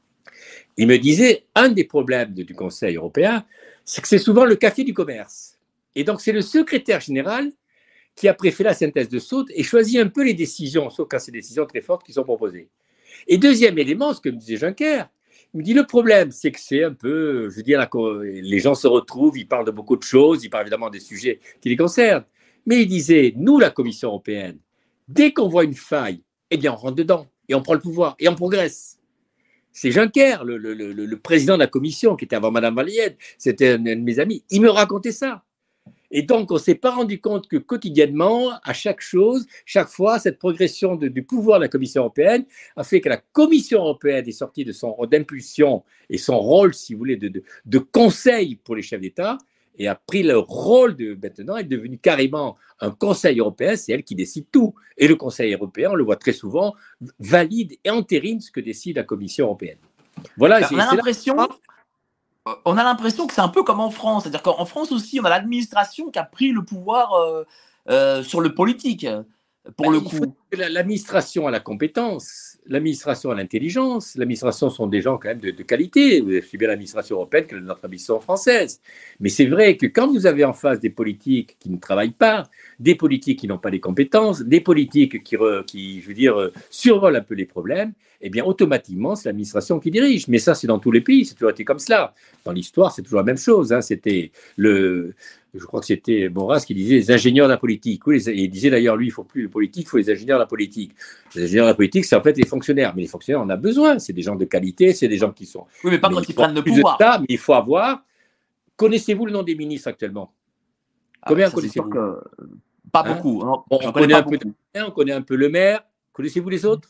il me disait, un des problèmes du Conseil européen, c'est que c'est souvent le café du commerce. Et donc, c'est le secrétaire général qui a fait la synthèse de saute et choisi un peu les décisions, sauf quand c'est des décisions très fortes qui sont proposées. Et deuxième élément, ce que me disait Juncker, il me dit, le problème, c'est que c'est un peu, je veux dire, les gens se retrouvent, ils parlent de beaucoup de choses, ils parlent évidemment des sujets qui les concernent. Mais il disait, nous, la Commission européenne, dès qu'on voit une faille, eh bien, on rentre dedans et on prend le pouvoir et on progresse. C'est Juncker, le, le, le, le président de la Commission, qui était avant Mme von der Leyen, c'était un, un de mes amis, il me racontait ça. Et donc, on ne s'est pas rendu compte que quotidiennement, à chaque chose, chaque fois, cette progression de, du pouvoir de la Commission européenne a fait que la Commission européenne est sortie de son rôle d'impulsion et son rôle, si vous voulez, de, de, de conseil pour les chefs d'État et a pris le rôle de, maintenant, est devenu carrément un Conseil européen, c'est elle qui décide tout. Et le Conseil européen, on le voit très souvent, valide et entérine ce que décide la Commission européenne. Voilà. Ben, on a l'impression... Là... On a l'impression que c'est un peu comme en France, c'est-à-dire qu'en France aussi, on a l'administration qui a pris le pouvoir euh, euh, sur le politique, pour ben, le coup. L'administration a la compétence, l'administration a l'intelligence, l'administration sont des gens quand même de, de qualité, vous avez bien l'administration européenne que notre administration française. Mais c'est vrai que quand vous avez en face des politiques qui ne travaillent pas, des politiques qui n'ont pas les compétences, des politiques qui, re, qui je veux dire, survolent un peu les problèmes, eh bien, automatiquement, c'est l'administration qui dirige. Mais ça, c'est dans tous les pays, c'est toujours été comme cela. Dans l'histoire, c'est toujours la même chose. Hein. C'était le, je crois que c'était Maurras qui disait les ingénieurs de la politique. Oui, il disait d'ailleurs, lui, il ne faut plus les politiques, il faut les ingénieurs de la politique. Les ingénieurs de la politique, c'est en fait les fonctionnaires. Mais les fonctionnaires, on en a besoin. C'est des gens de qualité, c'est des gens qui sont... Oui, mais pas mais quand ils prennent le pouvoir. Ça, mais il faut avoir... Connaissez-vous le nom des ministres actuellement? ah, Combien connaissez-vous que... Pas hein beaucoup. Bon, on, connaît un peu, on connaît un peu le maire. Connaissez-vous les autres?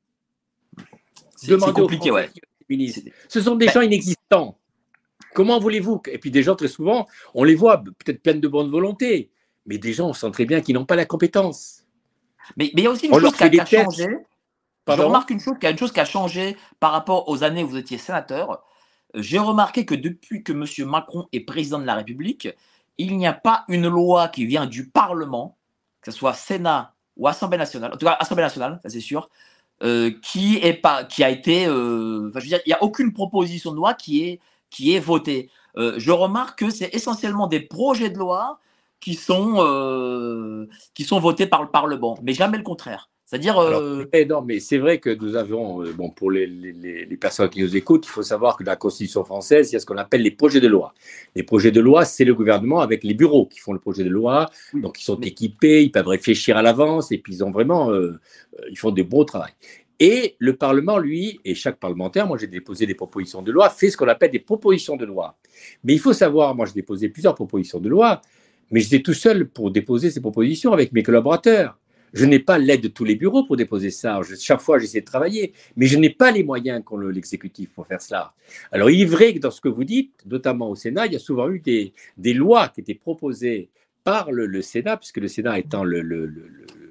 C'est compliqué, ouais. Ce sont des gens inexistants. Comment voulez-vous? Et puis des gens, très souvent, on les voit peut-être pleins de bonne volonté, mais des gens, on sent très bien qu'ils n'ont pas la compétence. Mais, mais il y a aussi une on chose qui a, qui a changé. Pardon? Je remarque une chose, qu'il y a une chose qui a changé par rapport aux années où vous étiez sénateur. J'ai remarqué que depuis que M. Macron est président de la République, il n'y a pas une loi qui vient du Parlement, que ce soit Sénat ou Assemblée nationale, en tout cas Assemblée nationale, ça c'est sûr, Euh, qui, est pas, qui a été, euh, enfin, je veux dire, il n'y a aucune proposition de loi qui est, qui est voté. Euh, je remarque que c'est essentiellement des projets de loi qui sont, euh, qui sont votés par le Parlement, mais jamais le contraire. C'est-à-dire… Euh… Alors, non, mais c'est vrai que nous avons, euh, bon, pour les, les, les personnes qui nous écoutent, il faut savoir que dans la Constitution française, il y a ce qu'on appelle les projets de loi. Les projets de loi, c'est le gouvernement avec les bureaux qui font le projet de loi, donc ils sont mais… équipés, ils peuvent réfléchir à l'avance, et puis ils ont vraiment, euh, ils font des beaux travail. Et le Parlement, lui, et chaque parlementaire, moi j'ai déposé des propositions de loi, fait ce qu'on appelle des propositions de loi. Mais il faut savoir, moi j'ai déposé plusieurs propositions de loi, mais j'étais tout seul pour déposer ces propositions avec mes collaborateurs. Je n'ai pas l'aide de tous les bureaux pour déposer ça. Je, chaque fois, j'essaie de travailler, mais je n'ai pas les moyens qu'ont le, l'exécutif pour faire cela. Alors, il est vrai que dans ce que vous dites, notamment au Sénat, il y a souvent eu des, des lois qui étaient proposées par le, le Sénat, puisque le Sénat étant le, le, le,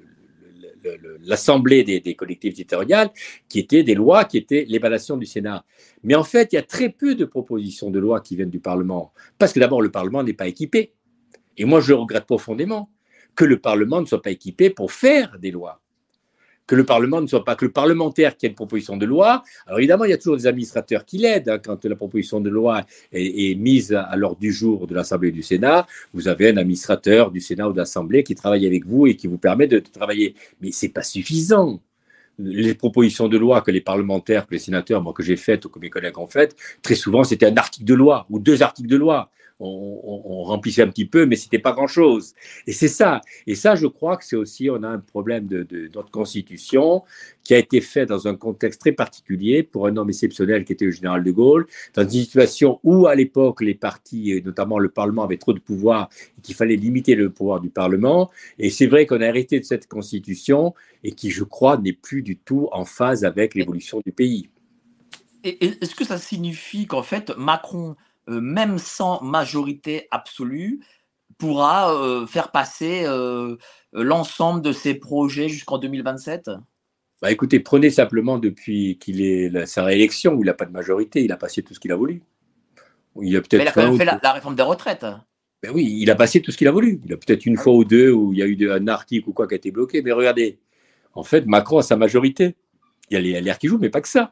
le, le, l'Assemblée des, des collectivités territoriales, qui étaient des lois qui étaient l'émanation du Sénat. Mais en fait, il y a très peu de propositions de loi qui viennent du Parlement, parce que d'abord, le Parlement n'est pas équipé. Et moi, je le regrette profondément que le Parlement ne soit pas équipé pour faire des lois. Que le Parlement ne soit pas, que le parlementaire qui a une proposition de loi, alors évidemment, il y a toujours des administrateurs qui l'aident, hein, quand la proposition de loi est, est mise à l'ordre du jour de l'Assemblée et du Sénat, vous avez un administrateur du Sénat ou de l'Assemblée qui travaille avec vous et qui vous permet de travailler. Mais ce n'est pas suffisant. Les propositions de loi que les parlementaires, que les sénateurs, moi, que j'ai faites ou que mes collègues ont faites, très souvent, c'était un article de loi ou deux articles de loi. On, on, on remplissait un petit peu, mais c'était pas grand-chose. Et c'est ça. Et ça, je crois que c'est aussi, on a un problème de, de notre Constitution qui a été fait dans un contexte très particulier pour un homme exceptionnel qui était le général de Gaulle, dans une situation où, à l'époque, les partis, et notamment le Parlement, avaient trop de pouvoir et qu'il fallait limiter le pouvoir du Parlement. Et c'est vrai qu'on a hérité de cette Constitution et qui, je crois, n'est plus du tout en phase avec l'évolution du pays. Et, et est-ce que ça signifie qu'en fait, Macron, Euh, même sans majorité absolue, pourra euh, faire passer euh, l'ensemble de ses projets jusqu'en deux mille vingt-sept? Bah écoutez, prenez simplement depuis qu'il est la, sa réélection, où il n'a pas de majorité, il a passé tout ce qu'il a voulu. Il a peut-être Mais il a quand même fait la, la réforme des retraites. Ben oui, il a passé tout ce qu'il a voulu. Il a peut-être une ah fois oui. ou deux où il y a eu un article ou quoi qui a été bloqué, mais regardez, en fait, Macron a sa majorité. Il y a les L R qui jouent, mais pas que ça.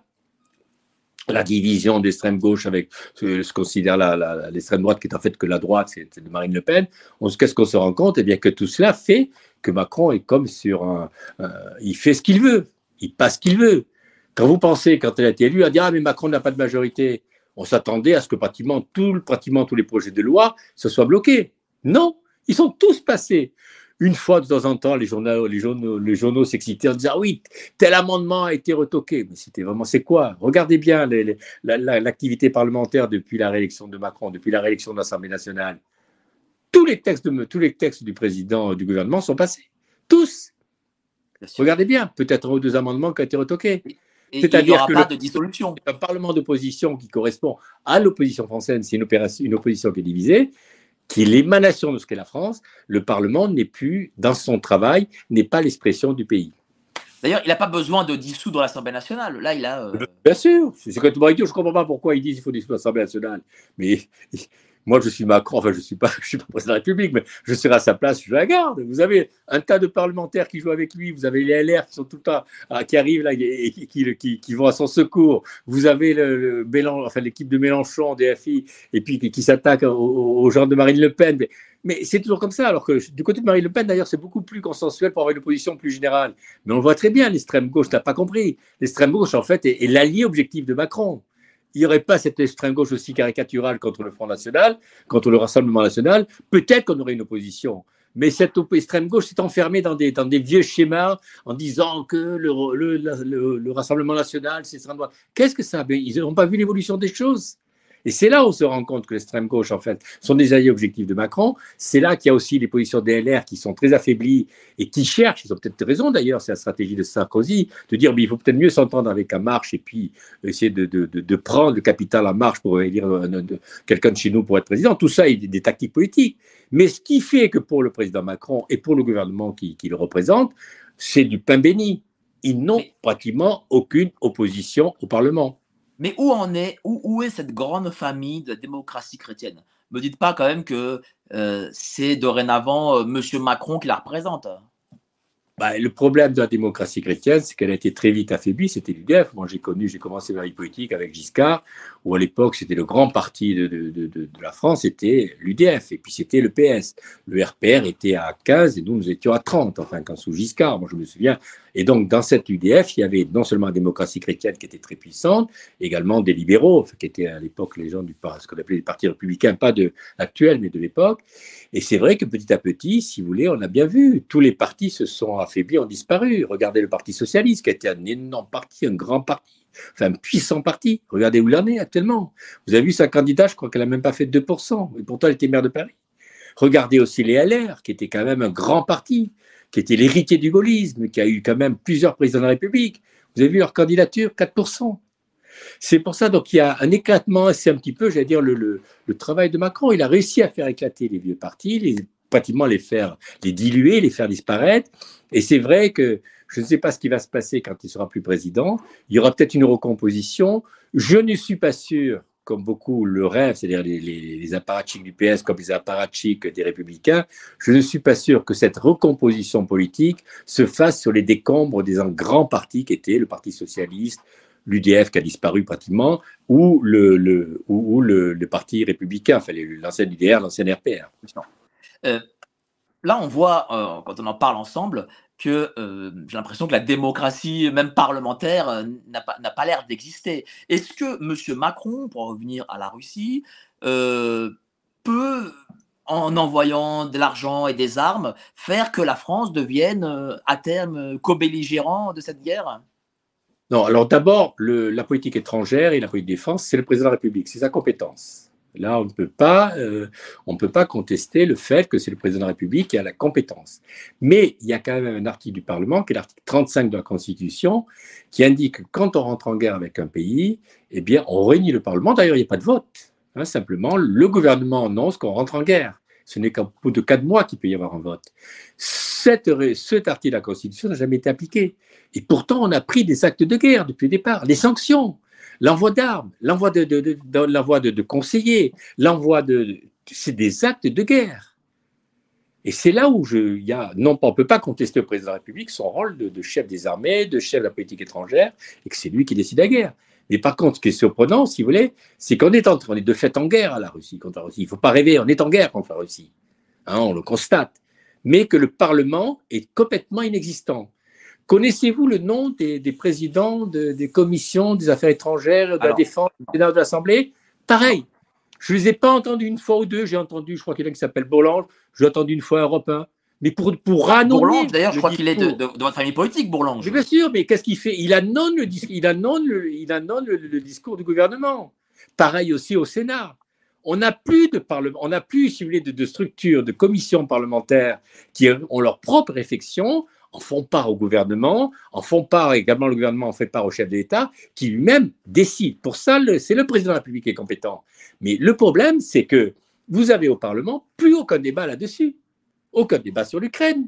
La division d'extrême gauche avec ce que se considère la, la, l'extrême droite, qui est en fait que la droite, c'est, c'est de Marine Le Pen. On, qu'est-ce qu'on se rend compte? Eh bien, que tout cela fait que Macron est comme sur un. Euh, il fait ce qu'il veut, il passe ce qu'il veut. Quand vous pensez, quand elle a été élue, à dire ah mais Macron n'a pas de majorité, on s'attendait à ce que pratiquement, tout, pratiquement tous les projets de loi se soient bloqués. Non, ils sont tous passés. Une fois de temps en temps, les journaux, les journaux, les journaux s'excitaient en disant ah oui, tel amendement a été retoqué. Mais c'était vraiment, c'est quoi? Regardez bien les, les, la, la, l'activité parlementaire depuis la réélection de Macron, depuis la réélection de l'Assemblée nationale. Tous les textes, de, tous les textes du président du gouvernement sont passés. Tous. Regardez bien, peut-être un ou deux amendements qui ont été retoqués. Et c'est-à-dire il n'y aura que pas le, de dissolution. Un parlement d'opposition qui correspond à l'opposition française, c'est une, opération, une opposition qui est divisée, qui est l'émanation de ce qu'est la France. Le Parlement n'est plus, dans son travail, n'est pas l'expression du pays. D'ailleurs, il n'a pas besoin de dissoudre l'Assemblée nationale. Là, il a… Euh... Bien sûr, c'est complètement idiot. Je ne comprends pas pourquoi ils disent qu'il faut dissoudre l'Assemblée nationale. Mais moi, je suis Macron, enfin, je ne suis pas, je suis pas président de la République, mais je serai à sa place, je la garde. Vous avez un tas de parlementaires qui jouent avec lui, vous avez les L R qui sont tout le temps, qui arrivent là et qui, qui, qui, qui vont à son secours. Vous avez le, le Mélenchon, enfin, l'équipe de Mélenchon, D F I, et puis qui, qui s'attaque aux, aux gens de Marine Le Pen. Mais, mais c'est toujours comme ça, alors que du côté de Marine Le Pen, d'ailleurs, c'est beaucoup plus consensuel pour avoir une opposition plus générale. Mais on voit très bien, l'extrême gauche n'a pas compris. L'extrême gauche, en fait, est, est l'allié objectif de Macron. Il n'y aurait pas cette extrême gauche aussi caricaturale contre le Front National, contre le Rassemblement National, peut-être qu'on aurait une opposition. Mais cette extrême gauche s'est enfermée dans des, dans des vieux schémas en disant que le, le, le, le Rassemblement National, c'est extrême droite. Qu'est-ce que ça? Ils n'ont pas vu l'évolution des choses. Et c'est là où on se rend compte que l'extrême gauche, en fait, sont des alliés objectifs de Macron. C'est là qu'il y a aussi les positions des L R qui sont très affaiblies et qui cherchent, ils ont peut-être raison d'ailleurs, c'est la stratégie de Sarkozy, de dire mais il faut peut-être mieux s'entendre avec En Marche et puis essayer de, de, de, de prendre le capital En Marche pour élire quelqu'un de chez nous pour être président. Tout ça, il y a des tactiques politiques. Mais ce qui fait que pour le président Macron et pour le gouvernement qui, qui le représente, c'est du pain béni. Ils n'ont mais... pratiquement aucune opposition au Parlement. Mais où en est, où, où est cette grande famille de démocratie chrétienne? Me dites pas quand même que euh, c'est dorénavant euh, Monsieur Macron qui la représente. Bah, le problème de la démocratie chrétienne, c'est qu'elle a été très vite affaiblie. C'était l'U D F. Moi, j'ai connu, j'ai commencé ma vie politique avec Giscard, où à l'époque, c'était le grand parti de, de, de, de la France, c'était l'U D F, et puis c'était le P S. Le R P R était à quinze, et nous, nous étions à trente, enfin, quand sous Giscard, moi, je me souviens. Et donc, dans cette U D F, il y avait non seulement la démocratie chrétienne qui était très puissante, également des libéraux, qui étaient à l'époque les gens du ce qu'on appelait les partis républicains, pas de actuels, mais de l'époque. Et c'est vrai que petit à petit, si vous voulez, on a bien vu, tous les partis se sont affaiblis, ont disparu. Regardez le Parti socialiste, qui a été un énorme parti, un grand parti, enfin un puissant parti. Regardez où il en est actuellement. Vous avez vu sa candidate, je crois qu'elle n'a même pas fait deux pour cent, et pourtant elle était maire de Paris. Regardez aussi les L R, qui était quand même un grand parti, qui était l'héritier du gaullisme, qui a eu quand même plusieurs présidents de la République. Vous avez vu leur candidature, quatre pour cent. C'est pour ça donc il y a un éclatement, c'est un petit peu, j'allais dire, le, le, le travail de Macron. Il a réussi à faire éclater les vieux partis, les, pratiquement les faire, les diluer, les faire disparaître. Et c'est vrai que je ne sais pas ce qui va se passer quand il sera plus président. Il y aura peut-être une recomposition. Je ne suis pas sûr, comme beaucoup le rêvent, c'est-à-dire les, les, les apparatchiks du P S comme les apparatchiks des Républicains, je ne suis pas sûr que cette recomposition politique se fasse sur les décombres des grands partis qui étaient le Parti socialiste, l'U D F qui a disparu pratiquement, ou le, le, ou, ou le, le Parti républicain, enfin l'ancien U D R, l'ancien R P R. Euh, là, on voit, euh, quand on en parle ensemble, que euh, j'ai l'impression que la démocratie, même parlementaire, euh, n'a pas, n'a pas l'air d'exister. Est-ce que M. Macron, pour revenir à la Russie, euh, peut, en envoyant de l'argent et des armes, faire que la France devienne, euh, à terme, co-belligérant de cette guerre ? Non, alors d'abord, le, la politique étrangère et la politique de défense, c'est le président de la République, c'est sa compétence. Là, on ne peut pas, euh, on ne peut pas contester le fait que c'est le président de la République qui a la compétence. Mais il y a quand même un article du Parlement, qui est l'article trente-cinq de la Constitution, qui indique que quand on rentre en guerre avec un pays, eh bien, on réunit le Parlement. D'ailleurs, il n'y a pas de vote. Hein, simplement, le gouvernement annonce qu'on rentre en guerre. Ce n'est qu'au bout de quatre mois qu'il peut y avoir un vote. Cette, cet article de la Constitution n'a jamais été appliqué. Et pourtant, on a pris des actes de guerre depuis le départ. Les sanctions, l'envoi d'armes, l'envoi de, de, de, de, l'envoi de, de conseillers, l'envoi de, de... C'est des actes de guerre. Et c'est là où je, il y a, non, on ne peut pas contester au président de la République son rôle de, de chef des armées, de chef de la politique étrangère, et que c'est lui qui décide la guerre. Mais par contre, ce qui est surprenant, si vous voulez, c'est qu'on est, en, on est de fait en guerre à la Russie, contre la Russie. Il ne faut pas rêver, on est en guerre contre la Russie. Hein, on le constate. Mais que le Parlement est complètement inexistant. Connaissez-vous le nom des, des présidents de, des commissions des affaires étrangères, de la Alors, défense, du Sénat, de l'Assemblée? Pareil. Je ne les ai pas entendus une fois ou deux. J'ai entendu, je crois qu'il y en a qui s'appelle Bourlange. J'ai entendu une fois Europe un. Mais pour, pour annoncer. Bourlange, d'ailleurs, je crois qu'il est de, de, de votre famille politique, Bourlange. Mais bien sûr, mais qu'est-ce qu'il fait? Il annonce le, il annonce le, il annonce le, le discours du gouvernement. Pareil aussi au Sénat. On n'a plus de parlement, on n'a plus, si vous voulez, de, de structures, de commissions parlementaires qui ont leur propre réflexion, en font part au gouvernement, en font part également le gouvernement en fait part au chef de l'État, qui lui-même décide. Pour ça, le, c'est le président de la République qui est compétent. Mais le problème, c'est que vous avez au Parlement plus aucun débat là-dessus, aucun débat sur l'Ukraine.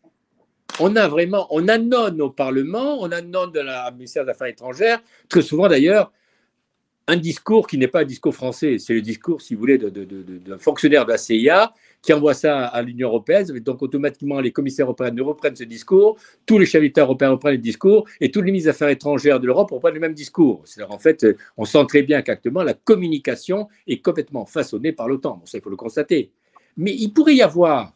On a vraiment, on annonce au Parlement, on annonce de la ministère des Affaires étrangères, très souvent d'ailleurs, un discours qui n'est pas un discours français, c'est le discours, si vous voulez, de, de, de, de, d'un fonctionnaire de la C I A qui envoie ça à l'Union européenne. Donc, automatiquement, les commissaires européens reprennent ce discours, tous les chefs d'État européens reprennent le discours et tous les ministres des Affaires étrangères de l'Europe reprennent le même discours. C'est-à-dire, en fait, on sent très bien qu'actuellement, la communication est complètement façonnée par l'OTAN. Bon, ça, il faut le constater. Mais il pourrait y avoir,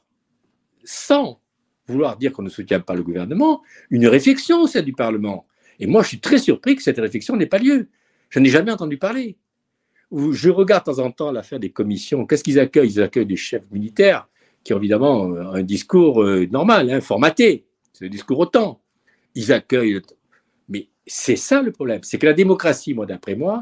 sans vouloir dire qu'on ne soutient pas le gouvernement, une réflexion au sein du Parlement. Et moi, je suis très surpris que cette réflexion n'ait pas lieu. Je n'ai jamais entendu parler. Je regarde de temps en temps l'affaire des commissions. Qu'est-ce qu'ils accueillent? Ils accueillent des chefs militaires qui ont évidemment un discours normal, hein, formaté. C'est le discours OTAN. Ils accueillent. Mais c'est ça le problème. C'est que la démocratie, moi, d'après moi,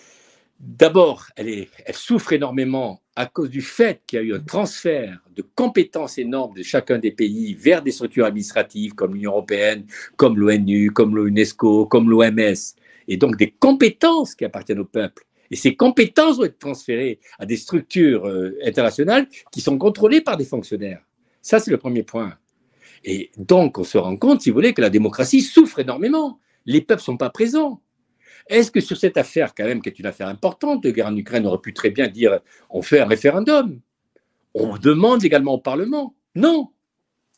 d'abord, elle, est, elle souffre énormément à cause du fait qu'il y a eu un transfert de compétences énormes de chacun des pays vers des structures administratives comme l'Union européenne, comme l'ONU, comme l'UNESCO, comme l'O M S. Et donc des compétences qui appartiennent au peuple. Et ces compétences doivent être transférées à des structures euh, internationales qui sont contrôlées par des fonctionnaires. Ça, c'est le premier point. Et donc, on se rend compte, si vous voulez, que la démocratie souffre énormément. Les peuples ne sont pas présents. Est-ce que sur cette affaire, quand même, qui est une affaire importante de guerre en Ukraine, on aurait pu très bien dire on fait un référendum? On demande également au Parlement? Non.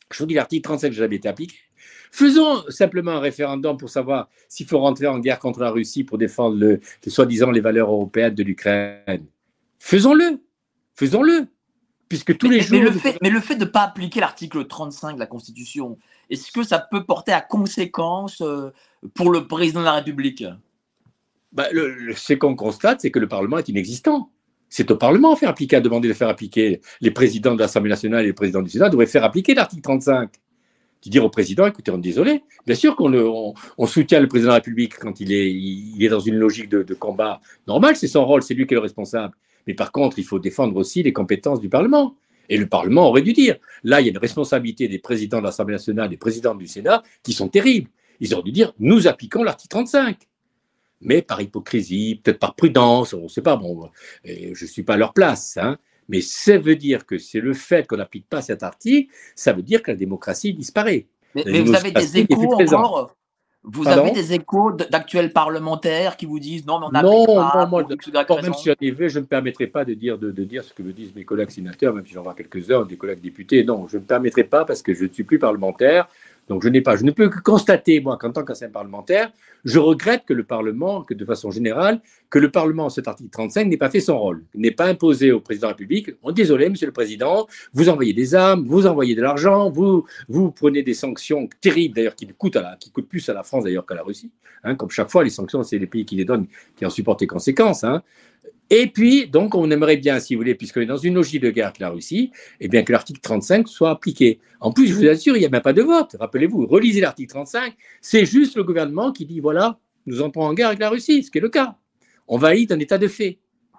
Je vous dis, l'article trente-cinq n'a jamais été appliqué. Faisons simplement un référendum pour savoir s'il faut rentrer en guerre contre la Russie pour défendre, le, le, soi-disant, les valeurs européennes de l'Ukraine. Faisons-le. Faisons-le. Puisque tous mais, les mais, jours... Mais le fait, mais le fait de ne pas appliquer l'article trente-cinq de la Constitution, est-ce que ça peut porter à conséquence euh, pour le président de la République? bah, le, le, Ce qu'on constate, c'est que le Parlement est inexistant. C'est au Parlement à faire appliquer, à demander de faire appliquer. Les présidents de l'Assemblée nationale et les présidents du Sénat devraient faire appliquer l'article trente-cinq. De dire au président, écoutez, on est désolé. Bien sûr qu'on le, on, on soutient le président de la République quand il est, il est dans une logique de, de combat normal, c'est son rôle, c'est lui qui est le responsable. Mais par contre, il faut défendre aussi les compétences du Parlement. Et le Parlement aurait dû dire, là, il y a une responsabilité des présidents de l'Assemblée nationale, des présidents du Sénat, qui sont terribles. Ils auraient dû dire, nous appliquons l'article trente-cinq. Mais par hypocrisie, peut-être par prudence, on ne sait pas, bon, je ne suis pas à leur place, hein. Mais ça veut dire que c'est le fait qu'on n'applique pas cet article, ça veut dire que la démocratie disparaît. Mais, mais vous avez des échos encore? Vous Pardon? avez des échos d'actuels parlementaires qui vous disent non, mais on n'a pas. Non, non, moi, d'accord, même si j'en ai vu, je ne me permettrai pas de dire, de, de dire ce que me disent mes collègues sénateurs, même si j'en vois quelques-uns, des collègues députés. Non, je ne me permettrai pas parce que je ne suis plus parlementaire. Donc je n'ai pas, je ne peux que constater, moi, qu'en tant qu'ancien parlementaire, je regrette que le Parlement, que de façon générale, que le Parlement, cet article trente-cinq, n'ait pas fait son rôle, n'ait pas imposé au président de la République. On est désolé, monsieur le président, vous envoyez des armes, vous envoyez de l'argent, vous, vous prenez des sanctions terribles, d'ailleurs, qui coûtent, à la, qui coûtent plus à la France d'ailleurs qu'à la Russie. Hein, comme chaque fois, les sanctions, c'est les pays qui les donnent qui en supportent les conséquences. Hein. Et puis, donc, on aimerait bien, si vous voulez, puisqu'on est dans une logique de guerre avec la Russie, eh bien que l'article trente-cinq soit appliqué. En plus, je vous assure, il n'y a même pas de vote. Rappelez-vous, relisez l'article trente-cinq, c'est juste le gouvernement qui dit, voilà, nous entrons en guerre avec la Russie, ce qui est le cas. On va y d'un état de fait.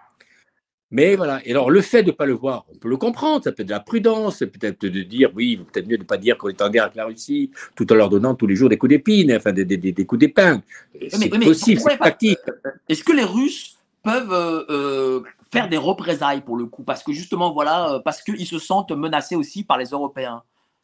Mais voilà, et alors le fait de ne pas le voir, on peut le comprendre, ça peut être de la prudence, peut-être de dire, oui, il vaut peut-être mieux de ne pas dire qu'on est en guerre avec la Russie, tout en leur donnant tous les jours des coups d'épine, enfin des, des, des coups d'épingle. C'est mais, mais possible, c'est pratique. Est-ce que les Russes peuvent euh, euh, faire des représailles pour le coup? Parce que justement, voilà, parce qu'ils se sentent menacés aussi par les Européens.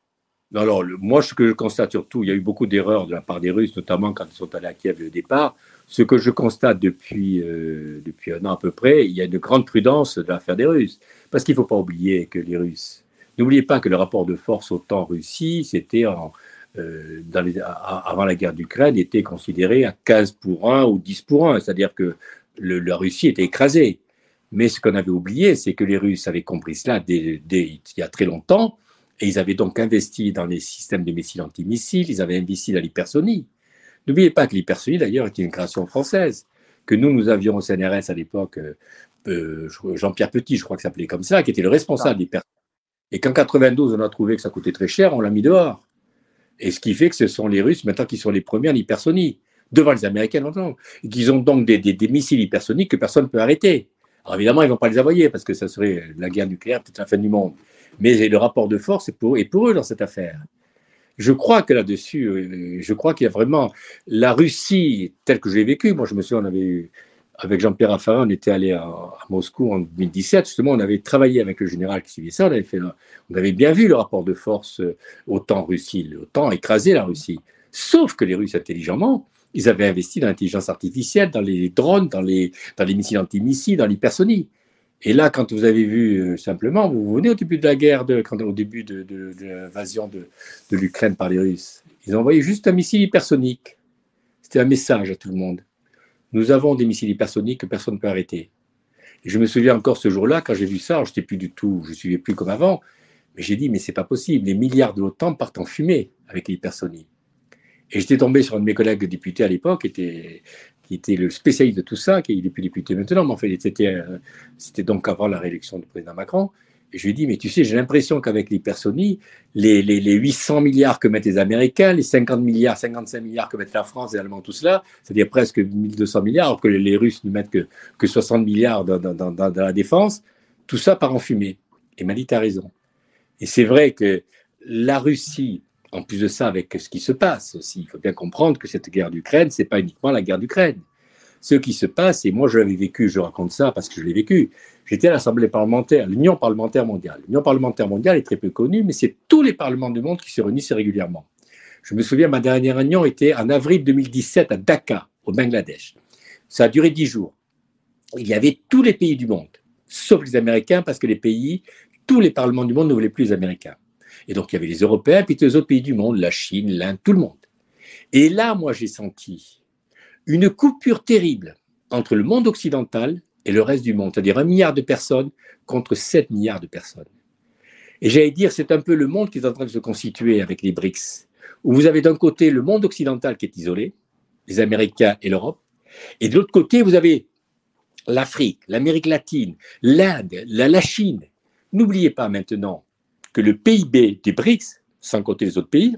Alors, le, moi, ce que je constate surtout, il y a eu beaucoup d'erreurs de la part des Russes, notamment quand ils sont allés à Kiev au départ. Ce que je constate depuis, euh, depuis un an à peu près, il y a une grande prudence de l'affaire des Russes. Parce qu'il ne faut pas oublier que les Russes... N'oubliez pas que le rapport de force OTAN-Russie, c'était en, euh, dans les, à, avant la guerre d'Ukraine, était considéré à quinze pour un ou dix pour un. C'est-à-dire que le, la Russie était écrasée. Mais ce qu'on avait oublié, c'est que les Russes avaient compris cela dès, dès il y a très longtemps. Et ils avaient donc investi dans les systèmes de missiles antimissiles, ils avaient investi dans l'hypersonie. N'oubliez pas que l'hypersonie, d'ailleurs, était une création française, que nous, nous avions au C N R S à l'époque, euh, Jean-Pierre Petit, je crois que ça s'appelait comme ça, qui était le responsable de l'hypersonie. Et qu'en quatre-vingt-douze, on a trouvé que ça coûtait très cher, on l'a mis dehors. Et ce qui fait que ce sont les Russes, maintenant, qui sont les premiers en hypersonie, devant les Américains, maintenant, et qu'ils ont donc des, des, des missiles hypersoniques que personne ne peut arrêter. Alors évidemment, ils ne vont pas les envoyer, parce que ça serait la guerre nucléaire, peut-être la fin du monde. Mais le rapport de force est pour, est pour eux dans cette affaire. Je crois que là-dessus, je crois qu'il y a vraiment la Russie telle que je l'ai vécue. Moi, je me souviens, on avait eu, avec Jean-Pierre Raffarin, on était allé à, à Moscou en deux mille dix-sept. Justement, on avait travaillé avec le général qui suivait ça. On avait, fait, on avait bien vu le rapport de force OTAN-Russie. L'OTAN a écrasé la Russie. Sauf que les Russes, intelligemment, ils avaient investi dans l'intelligence artificielle, dans les drones, dans les, dans les missiles antimissiles, dans l'hypersonie. Et là, quand vous avez vu euh, simplement, vous vous venez au début de la guerre, de, quand, au début de, de, de l'invasion de, de l'Ukraine par les Russes, ils ont envoyé juste un missile hypersonique. C'était un message à tout le monde. Nous avons des missiles hypersoniques que personne ne peut arrêter. Et je me souviens encore ce jour-là, quand j'ai vu ça, je n'étais plus du tout, je ne suivais plus comme avant, mais j'ai dit, mais c'est pas possible, les milliards de l'OTAN partent en fumée avec l'hypersonie. Et j'étais tombé sur un de mes collègues députés à l'époque, qui était, qui était le spécialiste de tout ça, qui n'est plus député maintenant, mais en fait, c'était, c'était donc avant la réélection du président Macron. Et je lui ai dit, mais tu sais, j'ai l'impression qu'avec l'hypersonie, les, les, les huit cents milliards que mettent les Américains, les cinquante milliards, cinquante-cinq milliards que mettent la France et l'Allemand, tout cela, c'est-à-dire presque mille deux cents milliards, alors que les, les Russes ne mettent que, que soixante milliards dans, dans, dans, dans la défense, tout ça part en fumée. Et il m'a dit, tu as raison. Et c'est vrai que la Russie, en plus de ça, avec ce qui se passe aussi, il faut bien comprendre que cette guerre d'Ukraine, ce n'est pas uniquement la guerre d'Ukraine. Ce qui se passe, et moi je l'avais vécu, je raconte ça parce que je l'ai vécu, j'étais à l'Assemblée parlementaire, l'Union parlementaire mondiale. L'Union parlementaire mondiale est très peu connue, mais c'est tous les parlements du monde qui se réunissent régulièrement. Je me souviens, ma dernière réunion était en avril deux mille dix-sept à Dhaka, au Bangladesh. Ça a duré dix jours. Il y avait tous les pays du monde, sauf les Américains, parce que les pays, tous les parlements du monde ne voulaient plus les Américains. Et donc, il y avait les Européens, puis les autres pays du monde, la Chine, l'Inde, tout le monde. Et là, moi, j'ai senti une coupure terrible entre le monde occidental et le reste du monde, c'est-à-dire un milliard de personnes contre sept milliards de personnes. Et j'allais dire, c'est un peu le monde qui est en train de se constituer avec les BRICS, où vous avez d'un côté le monde occidental qui est isolé, les Américains et l'Europe, et de l'autre côté, vous avez l'Afrique, l'Amérique latine, l'Inde, la, la Chine. N'oubliez pas maintenant que le P I B des BRICS, sans compter les autres pays,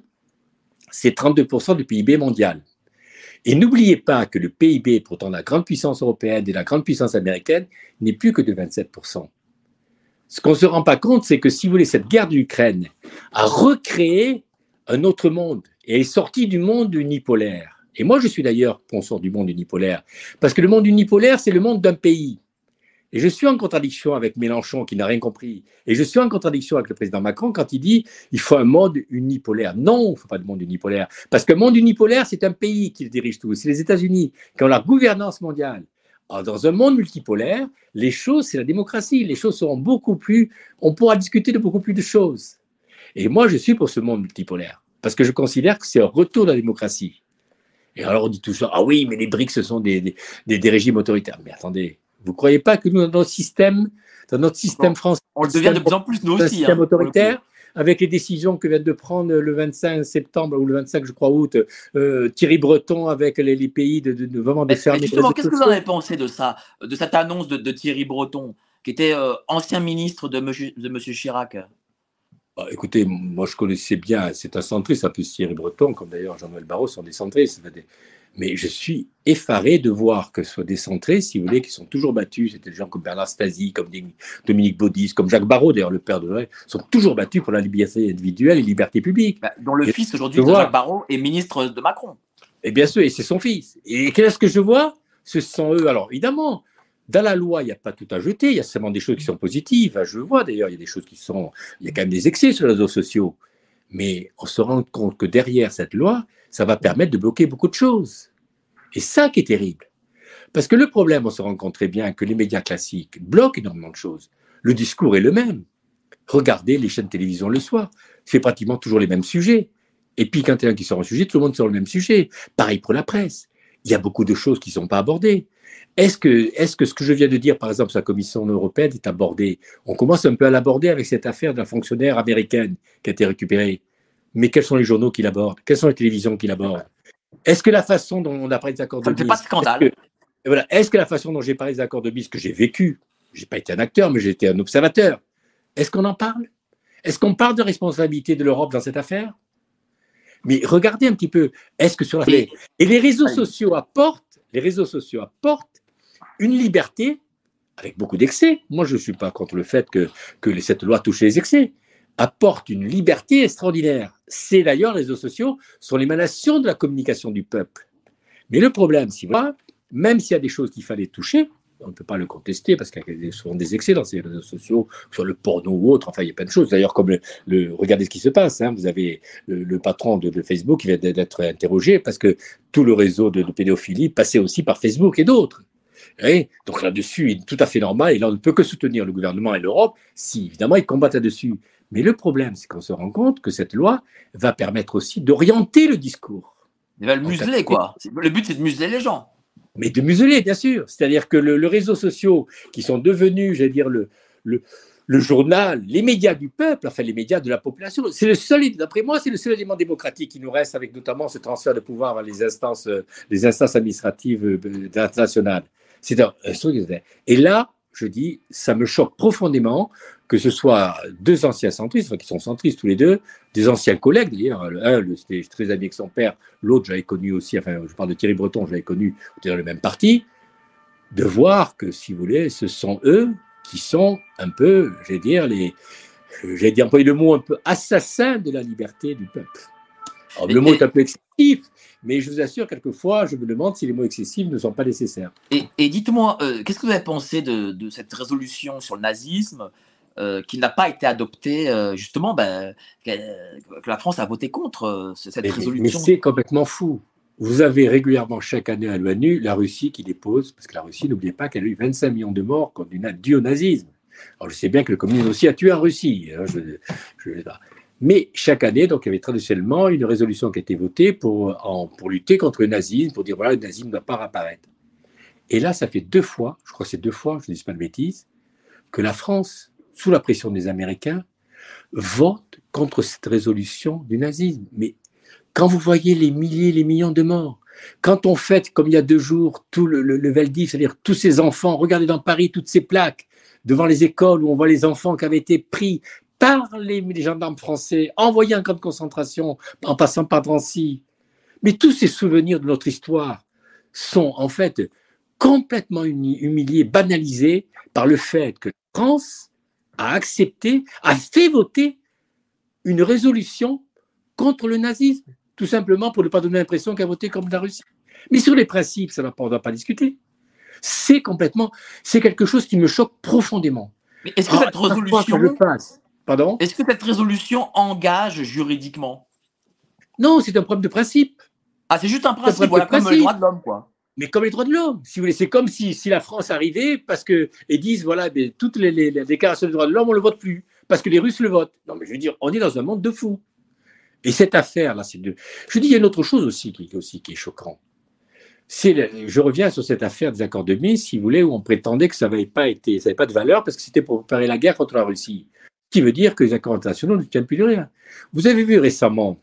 c'est trente-deux pour cent du P I B mondial. Et n'oubliez pas que le P I B, pourtant la grande puissance européenne et la grande puissance américaine, n'est plus que de vingt-sept pour cent. Ce qu'on ne se rend pas compte, c'est que si vous voulez, cette guerre d'Ukraine a recréé un autre monde et est sortie du monde unipolaire. Et moi, je suis d'ailleurs consort du monde unipolaire, parce que le monde unipolaire, c'est le monde d'un pays. Et je suis en contradiction avec Mélenchon, qui n'a rien compris. Et je suis en contradiction avec le président Macron quand il dit il faut un monde unipolaire. Non, il ne faut pas de monde unipolaire. Parce que le monde unipolaire, c'est un pays qui le dirige tout. C'est les États-Unis qui ont la gouvernance mondiale. Alors, dans un monde multipolaire, les choses, c'est la démocratie. Les choses seront beaucoup plus... On pourra discuter de beaucoup plus de choses. Et moi, je suis pour ce monde multipolaire. Parce que je considère que c'est un retour de la démocratie. Et alors, on dit tout ça. Ah oui, mais les BRICS, ce sont des, des, des, des régimes autoritaires. Mais attendez... Vous ne croyez pas que nous, dans notre système, dans notre système français, on le devient de plus en plus, nous un aussi. système hein, autoritaire, avec les décisions que vient de prendre le vingt-cinq septembre ou le vingt-cinq, je crois, août, euh, Thierry Breton avec les, les pays de, de, de vraiment de fermer. Justement, qu'est-ce que vous en avez pensé de ça, de cette annonce de, de Thierry Breton, qui était euh, ancien ministre de monsieur, de monsieur Chirac? Bah, écoutez, moi je connaissais bien, c'est un centriste, un peu Thierry Breton, comme d'ailleurs Jean-Noël Barrot sont des centristes. Mais je suis effaré de voir que ce soit des centrés, si vous voulez, qui sont toujours battus. C'était des gens comme Bernard Stasi, comme Dominique Baudis, comme Jacques Barrot, d'ailleurs le père de Noël, sont toujours battus pour la liberté individuelle et liberté publique. Bah, dont le et fils aujourd'hui de Jacques Barrot est ministre de Macron. Et bien sûr, et c'est son fils. Et qu'est-ce que je vois? Ce sont eux. Alors évidemment, dans la loi, il n'y a pas tout à jeter. Il y a seulement des choses qui sont positives. Je vois d'ailleurs, il y a des choses qui sont. Il y a quand même des excès sur les réseaux sociaux. Mais on se rend compte que derrière cette loi, ça va permettre de bloquer beaucoup de choses. Et ça qui est terrible. Parce que le problème, on se rend compte très bien que les médias classiques bloquent énormément de choses. Le discours est le même. Regardez les chaînes de télévision le soir. C'est pratiquement toujours les mêmes sujets. Et puis quand il y en a qui sort un sujet, tout le monde sort le même sujet. Pareil pour la presse. Il y a beaucoup de choses qui ne sont pas abordées. Est-ce que, est-ce que ce que je viens de dire, par exemple, sur la Commission européenne est abordé? On commence un peu à l'aborder avec cette affaire de la fonctionnaire américaine qui a été récupérée. Mais quels sont les journaux qui l'abordent? Quelles sont les télévisions qui l'abordent? Est-ce que la façon dont on a parlé des accords de Minsk... Ça ne fait pas de scandale. Est-ce que, voilà, est-ce que la façon dont j'ai parlé des accords de Minsk, que j'ai vécu, je n'ai pas été un acteur, mais j'ai été un observateur, est-ce qu'on en parle? Est-ce qu'on parle de responsabilité de l'Europe dans cette affaire? Mais regardez un petit peu, est-ce que sur la... Et, et les réseaux sociaux apportent, les réseaux sociaux apportent une liberté avec beaucoup d'excès. Moi, je ne suis pas contre le fait que, que cette loi touche les excès. Apporte une liberté extraordinaire. C'est d'ailleurs, les réseaux sociaux sont l'émanation de la communication du peuple. Mais le problème, si vous voulez, même s'il y a des choses qu'il fallait toucher, on ne peut pas le contester parce qu'il y a souvent des excès dans ces réseaux sociaux, sur le porno ou autre, enfin il y a plein de choses. D'ailleurs, comme le, le regardez ce qui se passe, hein, vous avez le, le patron de, de Facebook qui vient d'être interrogé parce que tout le réseau de, de pédophilie passait aussi par Facebook et d'autres. Et donc là-dessus, il est tout à fait normal, et là on ne peut que soutenir le gouvernement et l'Europe si évidemment ils combattent là-dessus. Mais le problème, c'est qu'on se rend compte que cette loi va permettre aussi d'orienter le discours. Il va le museler, quoi. Le but, c'est de museler les gens. Mais de museler, bien sûr. C'est-à-dire que le, le réseaux sociaux, qui sont devenus, j'allais dire, le, le, le journal, les médias du peuple, enfin les médias de la population, c'est le seul, d'après moi, c'est le seul élément démocratique qui nous reste, avec notamment ce transfert de pouvoir vers les instances, les instances administratives internationales. C'est un, un truc. Et là, je dis, ça me choque profondément que ce soit deux anciens centristes, enfin qui sont centristes tous les deux, des anciens collègues d'ailleurs. Un, c'était très ami avec son père, l'autre, j'avais connu aussi, enfin, je parle de Thierry Breton, j'avais connu dans le même parti, de voir que, si vous voulez, ce sont eux qui sont un peu, j'allais dire, les, j'allais dire, employer le mot un peu assassin de la liberté du peuple. Alors, le mot est un peu excessif, mais je vous assure, quelquefois, je me demande si les mots excessifs ne sont pas nécessaires. Et, et dites-moi, euh, qu'est-ce que vous avez pensé de, de cette résolution sur le nazisme euh, qui n'a pas été adoptée, euh, justement, ben, que, que la France a voté contre euh, cette mais, résolution? Mais c'est complètement fou. Vous avez régulièrement, chaque année à l'ONU, la Russie qui dépose, parce que la Russie, n'oubliez pas qu'elle a eu vingt-cinq millions de morts dû au nazisme. Alors, je sais bien que le communisme aussi a tué en Russie. Hein, je, je, Mais chaque année, donc, il y avait traditionnellement une résolution qui a été votée pour, en, pour lutter contre le nazisme, pour dire voilà, le nazisme ne doit pas réapparaître. Et là, ça fait deux fois, je crois que c'est deux fois, je ne dis pas de bêtises, que la France, sous la pression des Américains, vote contre cette résolution du nazisme. Mais quand vous voyez les milliers, les millions de morts, quand on fête, comme il y a deux jours, tout le, le, le Veldiv, c'est-à-dire tous ces enfants, regardez dans Paris toutes ces plaques devant les écoles où on voit les enfants qui avaient été pris par les, les gendarmes français, envoyés en camp de concentration, en passant par Drancy. Mais tous ces souvenirs de notre histoire sont en fait complètement humiliés, banalisés par le fait que la France a accepté, a fait voter une résolution contre le nazisme, tout simplement pour ne pas donner l'impression qu'elle a voté comme la Russie. Mais sur les principes, ça va pas, on ne va pas discuter. C'est complètement, c'est quelque chose qui me choque profondément. Mais est-ce que Alors, cette résolution, je passe. Pardon ? Est-ce que cette résolution engage juridiquement ? Non, c'est un problème de principe. Ah, c'est juste un principe, un voilà, principe. Comme les droits de l'homme, quoi. Mais comme les droits de l'homme, si vous voulez, c'est comme si, si la France arrivait parce que, et disent, voilà, mais toutes les, les, les déclarations des droits de l'homme, on ne le vote plus, parce que les Russes le votent. Non, mais je veux dire, on est dans un monde de fous. Et cette affaire-là, c'est de... Je dis, il y a une autre chose aussi qui, aussi, qui est choquant. C'est le... Je reviens sur cette affaire des accords de Minsk, si vous voulez, où on prétendait que ça n'avait pas été, ça n'avait pas de valeur parce que c'était pour préparer la guerre contre la Russie. Ce qui veut dire que les accords internationaux ne tiennent plus de rien. Vous avez vu récemment,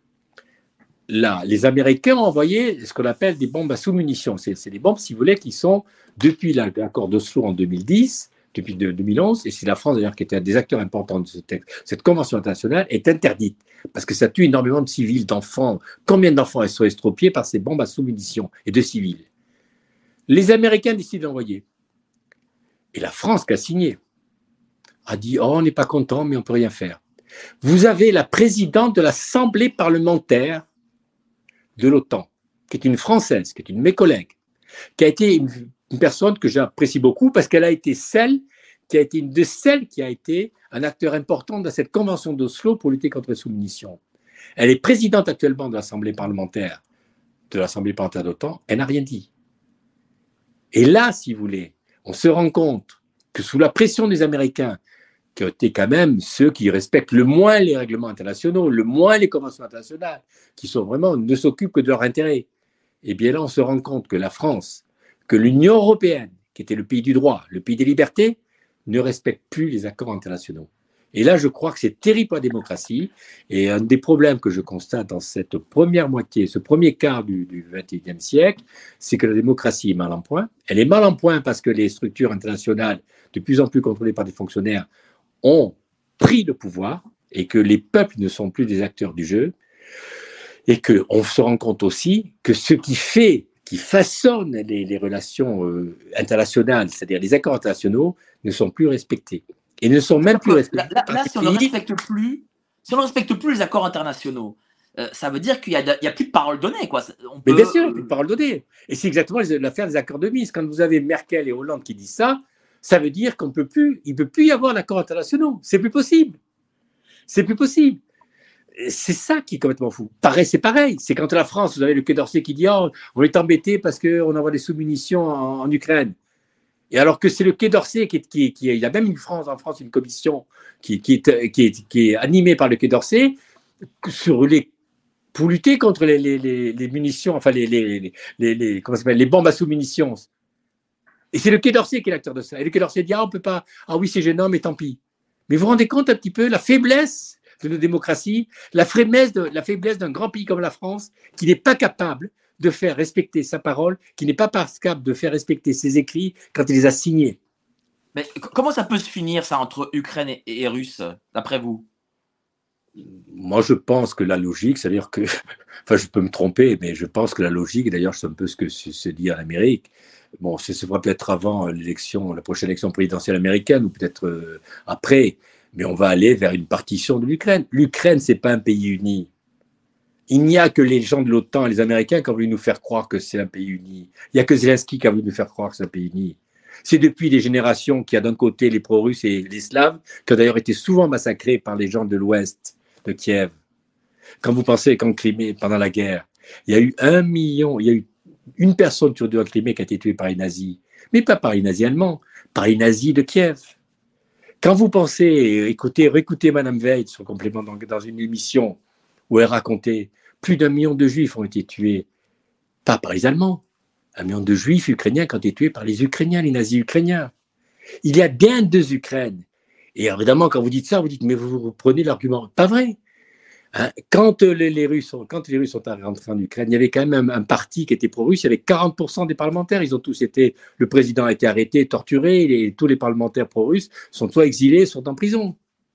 là, les Américains ont envoyé ce qu'on appelle des bombes à sous-munitions. C'est, c'est des bombes, si vous voulez, qui sont, depuis l'accord d'Oslo en deux mille dix, depuis deux mille onze, et c'est la France d'ailleurs qui était un des acteurs importants de ce texte, cette convention internationale est interdite, parce que ça tue énormément de civils, d'enfants. Combien d'enfants sont estropiés par ces bombes à sous-munitions et de civils? Les Américains décident d'envoyer. Et la France qui a signé a dit « Oh, on n'est pas content, mais on ne peut rien faire ». Vous avez la présidente de l'Assemblée parlementaire de l'OTAN, qui est une Française, qui est une de mes collègues, qui a été une, une personne que j'apprécie beaucoup parce qu'elle a été celle qui a été une de celles qui a été un acteur important dans cette convention d'Oslo pour lutter contre les sous-munitions. Elle est présidente actuellement de l'Assemblée parlementaire de l'Assemblée parlementaire de l'OTAN, elle n'a rien dit. Et là, si vous voulez, on se rend compte que sous la pression des Américains, qui ont été quand même ceux qui respectent le moins les règlements internationaux, le moins les conventions internationales, qui sont vraiment, ne s'occupent que de leurs intérêts. Et bien là, on se rend compte que la France, que l'Union européenne, qui était le pays du droit, le pays des libertés, ne respecte plus les accords internationaux. Et là, je crois que c'est terrible pour la démocratie. Et un des problèmes que je constate dans cette première moitié, ce premier quart du, du vingt et unième siècle, c'est que la démocratie est mal en point. Elle est mal en point parce que les structures internationales, de plus en plus contrôlées par des fonctionnaires, ont pris le pouvoir et que les peuples ne sont plus des acteurs du jeu et qu'on se rend compte aussi que ce qui fait, qui façonne les, les relations euh, internationales, c'est-à-dire les accords internationaux, ne sont plus respectés. Et ne sont même plus respectés. Là, là, là si on ne respecte plus, si on ne respecte plus les accords internationaux, euh, ça veut dire qu'il n'y a, a plus de parole donnée, quoi. On peut... Mais bien sûr, il n'y a plus de parole donnée. Et c'est exactement l'affaire des accords de Minsk. Quand vous avez Merkel et Hollande qui disent ça, ça veut dire qu'on peut plus, il ne peut plus y avoir d'accords internationaux. C'est plus possible. C'est plus possible. C'est ça qui est complètement fou. Pareil, c'est pareil. C'est quand la France, vous avez le Quai d'Orsay qui dit oh, on est embêté parce qu'on envoie des sous-munitions en, en Ukraine. Et alors que c'est le Quai d'Orsay qui est, qui est, qui est, il y a même une France, en France, une commission qui, qui, est, qui, est, qui est animée par le Quai d'Orsay sur les, pour lutter contre les, les, les, les munitions, enfin les, les, les, les, comment ça s'appelle, les bombes à sous-munitions. Et c'est le Quai d'Orsay qui est l'acteur de ça. Et le Quai d'Orsay dit ah, on peut pas, ah oui, c'est gênant, mais tant pis. Mais vous vous rendez compte un petit peu la faiblesse de nos démocraties, la faiblesse, de, la faiblesse d'un grand pays comme la France qui n'est pas capable de faire respecter sa parole, qui n'est pas capable de faire respecter ses écrits quand il les a signés. Mais comment ça peut se finir, ça, entre Ukraine et, et Russes, d'après vous? Moi, je pense que la logique, c'est-à-dire que, enfin, je peux me tromper, mais je pense que la logique, et d'ailleurs, c'est un peu ce que se dit en Amérique, bon, ce sera peut-être avant l'élection, la prochaine élection présidentielle américaine, ou peut-être euh, après, mais on va aller vers une partition de l'Ukraine. L'Ukraine, c'est pas un pays uni. Il n'y a que les gens de l'OTAN et les Américains qui ont voulu nous faire croire que c'est un pays uni. Il n'y a que Zelensky qui a voulu nous faire croire que c'est un pays uni. C'est depuis des générations qu'il y a d'un côté les pro-russes et les Slaves, qui ont d'ailleurs été souvent massacrés par les gens de l'Ouest, de Kiev. Quand vous pensez qu'en Crimée, pendant la guerre, il y a eu un million, il y a eu une personne sur deux en Crimée qui a été tuée par les nazis. Mais pas par les nazis allemands, par les nazis de Kiev. Quand vous pensez, écoutez, réécoutez Madame Veil, son complément dans, dans une émission où elle racontait plus d'un million de Juifs ont été tués, pas par les Allemands, un million de Juifs ukrainiens qui ont été tués par les Ukrainiens, les nazis ukrainiens. Il y a bien deux Ukraines. Et évidemment, quand vous dites ça, vous dites, mais vous, vous prenez l'argument. Pas vrai. Hein, quand, les, les Russes sont, quand les Russes sont rentrés en Ukraine, il y avait quand même un, un parti qui était pro-russe, il y avait quarante pour cent des parlementaires, ils ont tous été, le président a été arrêté, torturé, et tous les parlementaires pro-russes sont soit exilés, soit en prison.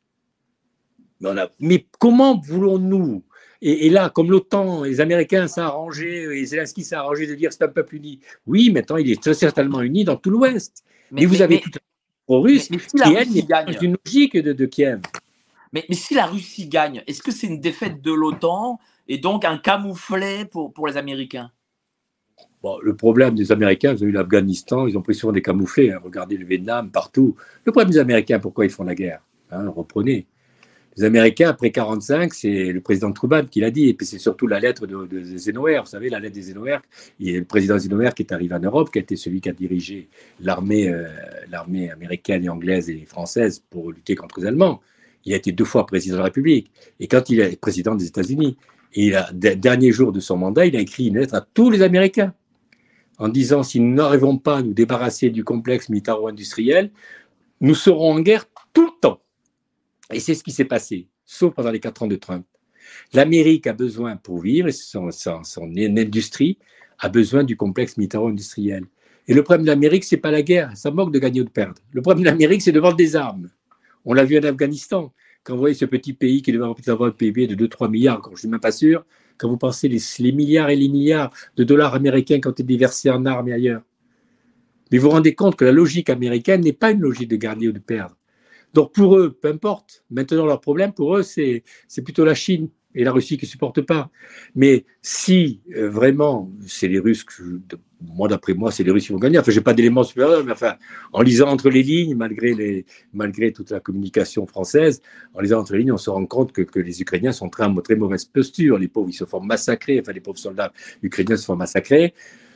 Mais, on a, mais comment voulons-nous, et, et là, comme l'OTAN, les Américains s'est arrangé, et Zelensky s'est arrangé de dire c'est un peuple uni. Oui, maintenant il est très certainement uni dans tout l'Ouest. Mais, mais vous mais, avez mais, tout un pro-russe si qui, elle, est dans une logique de, de Kiev. Mais, mais si la Russie gagne, est-ce que c'est une défaite de l'OTAN et donc un camouflet pour, pour les Américains? Bon, le problème des Américains, vous avez eu l'Afghanistan, ils ont pris souvent des camouflés. Hein, regardez le Vietnam, partout. Le problème des Américains, pourquoi ils font la guerre? Hein, reprenez. Les Américains, après quarante-cinq, c'est le président Truman qui l'a dit, et puis c'est surtout la lettre de, de Eisenhower. Vous savez, la lettre d'Eisenhower, il y a le président Eisenhower qui est arrivé en Europe, qui a été celui qui a dirigé l'armée, euh, l'armée américaine et anglaise et française pour lutter contre les Allemands. Il a été deux fois président de la République. Et quand il est président des États-Unis, et il a, dernier jour de son mandat, il a écrit une lettre à tous les Américains en disant si nous n'arrivons pas à nous débarrasser du complexe militaro-industriel, nous serons en guerre tout le temps. Et c'est ce qui s'est passé, sauf pendant les quatre ans de Trump. L'Amérique a besoin, pour vivre, son, son, son industrie a besoin du complexe militaro-industriel. Et le problème de l'Amérique, c'est pas la guerre, ça manque de gagner ou de perdre. Le problème de l'Amérique, c'est de vendre des armes. On l'a vu en Afghanistan. Quand vous voyez ce petit pays qui devait avoir un P I B de deux à trois milliards, quand je ne suis même pas sûr, quand vous pensez les, les milliards et les milliards de dollars américains qui ont été déversés en armes et ailleurs. Mais vous vous rendez compte que la logique américaine n'est pas une logique de gagner ou de perdre. Donc pour eux, peu importe. Maintenant, leur problème, pour eux, c'est, c'est plutôt la Chine et la Russie qui ne supportent pas. Mais si euh, vraiment, c'est les Russes, que je, moi d'après moi, c'est les Russes qui vont gagner. Enfin, je n'ai pas d'éléments supérieurs, mais enfin, en lisant entre les lignes, malgré, les, malgré toute la communication française, en lisant entre les lignes, on se rend compte que, que les Ukrainiens sont en très, en très mauvaise posture. Les pauvres, ils se font massacrer. Enfin, les pauvres soldats ukrainiens se font massacrer.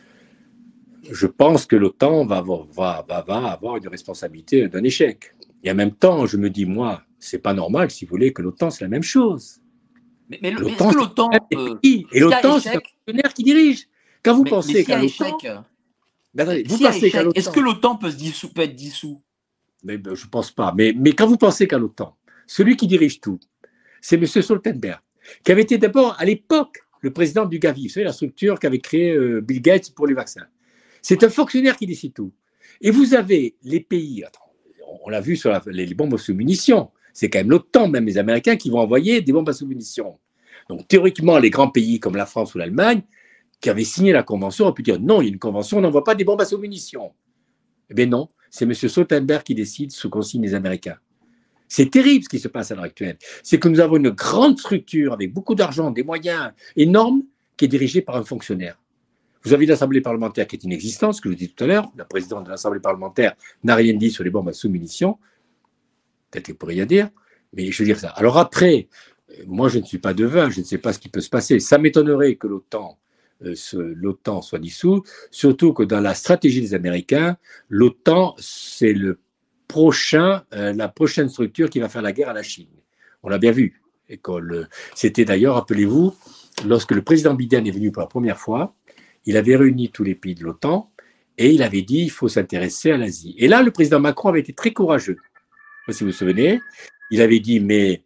Je pense que l'OTAN va avoir, va, va, va avoir une responsabilité d'un échec. Et en même temps, je me dis, moi, c'est pas normal, si vous voulez, que l'OTAN, c'est la même chose. Mais, mais, mais est-ce que l'OTAN... Euh, et l'OTAN, c'est un partenaire qui dirige. Quand vous mais, pensez mais si qu'à l'OTAN... Échec, ben, attendez, vous si pensez échec, qu'à l'OTAN... Est-ce que l'OTAN peut, se dissou... peut être dissous? Mais, ben, je ne pense pas. Mais, mais quand vous pensez qu'à l'OTAN, celui qui dirige tout, c'est M. Stoltenberg, qui avait été d'abord, à l'époque, le président du Gavi, vous savez, la structure qu'avait créée euh, Bill Gates pour les vaccins. C'est un fonctionnaire qui décide tout. Et vous avez les pays... Attends, on l'a vu sur la, les bombes à sous-munitions. C'est quand même l'OTAN, même les Américains, qui vont envoyer des bombes à sous-munitions. Donc, théoriquement, les grands pays comme la France ou l'Allemagne, qui avaient signé la convention, auraient pu dire non, il y a une convention, on n'envoie pas des bombes à sous-munitions. Eh bien non, c'est M. Stoltenberg qui décide sous consigne des Américains. C'est terrible ce qui se passe à l'heure actuelle. C'est que nous avons une grande structure avec beaucoup d'argent, des moyens énormes, qui est dirigée par un fonctionnaire. Vous avez l'Assemblée parlementaire qui est inexistante, ce que je vous dis tout à l'heure. La présidente de l'Assemblée parlementaire n'a rien dit sur les bombes à sous-munitions. Peut-être qu'elle pourrait rien dire, mais je veux dire ça. Alors après, moi je ne suis pas devin, je ne sais pas ce qui peut se passer. Ça m'étonnerait que l'OTAN, euh, ce, l'OTAN soit dissous, surtout que dans la stratégie des Américains, l'OTAN, c'est le prochain, euh, la prochaine structure qui va faire la guerre à la Chine. On l'a bien vu. Et que le, c'était d'ailleurs, rappelez-vous, lorsque le président Biden est venu pour la première fois, il avait réuni tous les pays de l'OTAN et il avait dit il faut s'intéresser à l'Asie. Et là, le président Macron avait été très courageux. Je ne sais pas si vous vous souvenez. Il avait dit mais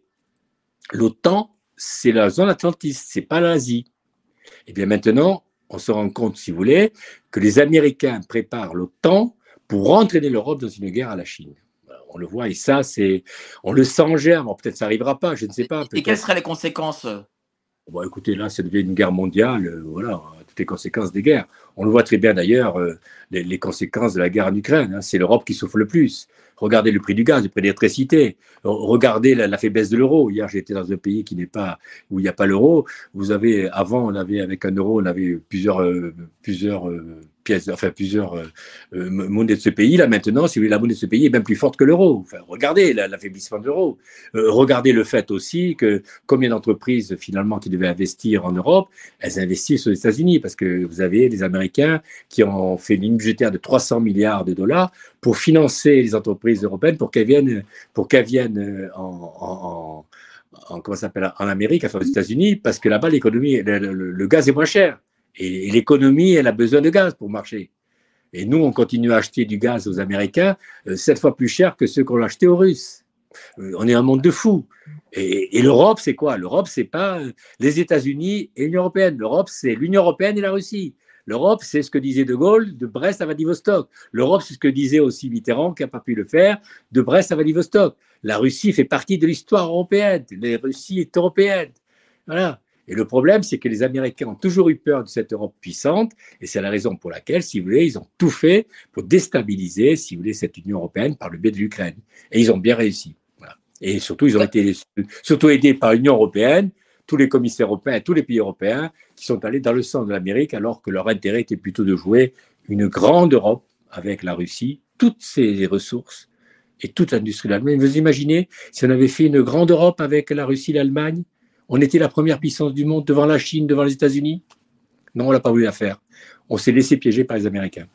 l'OTAN, c'est la zone atlantiste, c'est pas l'Asie. Et bien maintenant, on se rend compte, si vous voulez, que les Américains préparent l'OTAN pour entraîner l'Europe dans une guerre à la Chine. On le voit et ça, c'est, on le sent en germe. Bon, peut-être ça n'arrivera pas, je ne sais pas. Et quelles seraient les conséquences? Bon, écoutez, là, ça devient une guerre mondiale. Euh, voilà. Les conséquences des guerres. On le voit très bien d'ailleurs, euh, les, les conséquences de la guerre en Ukraine. Hein, c'est l'Europe qui souffre le plus. Regardez le prix du gaz, le prix de l'électricité. Regardez la, la faiblesse de l'euro. Hier, j'étais dans un pays qui n'est pas, où il n'y a pas l'euro. Vous avez, avant, on avait, avec un euro, on avait plusieurs, euh, plusieurs euh, pièces, enfin plusieurs euh, euh, monnaies de ce pays. Là maintenant, si vous voulez, la monnaie de ce pays est même plus forte que l'euro. Enfin, regardez l'affaiblissement de l'euro. Euh, regardez le fait aussi que combien d'entreprises finalement qui devaient investir en Europe, elles investissent aux États-Unis parce que vous avez les Américains qui ont fait une ligne budgétaire de trois cents milliards de dollars pour financer les entreprises européennes pour qu'elles viennent, pour qu'elles viennent en, en, en, en comment ça s'appelle, en Amérique, enfin aux États-Unis, parce que là-bas l'économie, le, le, le gaz est moins cher. Et, et l'économie, elle a besoin de gaz pour marcher. Et nous, on continue à acheter du gaz aux Américains euh, sept fois plus cher que ceux qu'on l'a acheté aux Russes. Euh, on est un monde de fous. Et, et l'Europe, c'est quoi? L'Europe, c'est pas les États-Unis et l'Union européenne. L'Europe, c'est l'Union européenne et la Russie. L'Europe, c'est ce que disait De Gaulle de Brest à Vladivostok. L'Europe, c'est ce que disait aussi Mitterrand, qui n'a pas pu le faire, de Brest à Vladivostok. La Russie fait partie de l'histoire européenne. La Russie est européenne. Voilà. Et le problème, c'est que les Américains ont toujours eu peur de cette Europe puissante, et c'est la raison pour laquelle, si vous voulez, ils ont tout fait pour déstabiliser, si vous voulez, cette Union européenne par le biais de l'Ukraine. Et ils ont bien réussi. Voilà. Et surtout, ils ont été surtout aidés par l'Union européenne, tous les commissaires européens, tous les pays européens qui sont allés dans le sens de l'Amérique, alors que leur intérêt était plutôt de jouer une grande Europe avec la Russie, toutes ses ressources et toute l'industrie de l'Allemagne. Vous imaginez si on avait fait une grande Europe avec la Russie et l'Allemagne? On était la première puissance du monde devant la Chine, devant les États-Unis? Non, on n'a pas voulu la faire. On s'est laissé piéger par les Américains.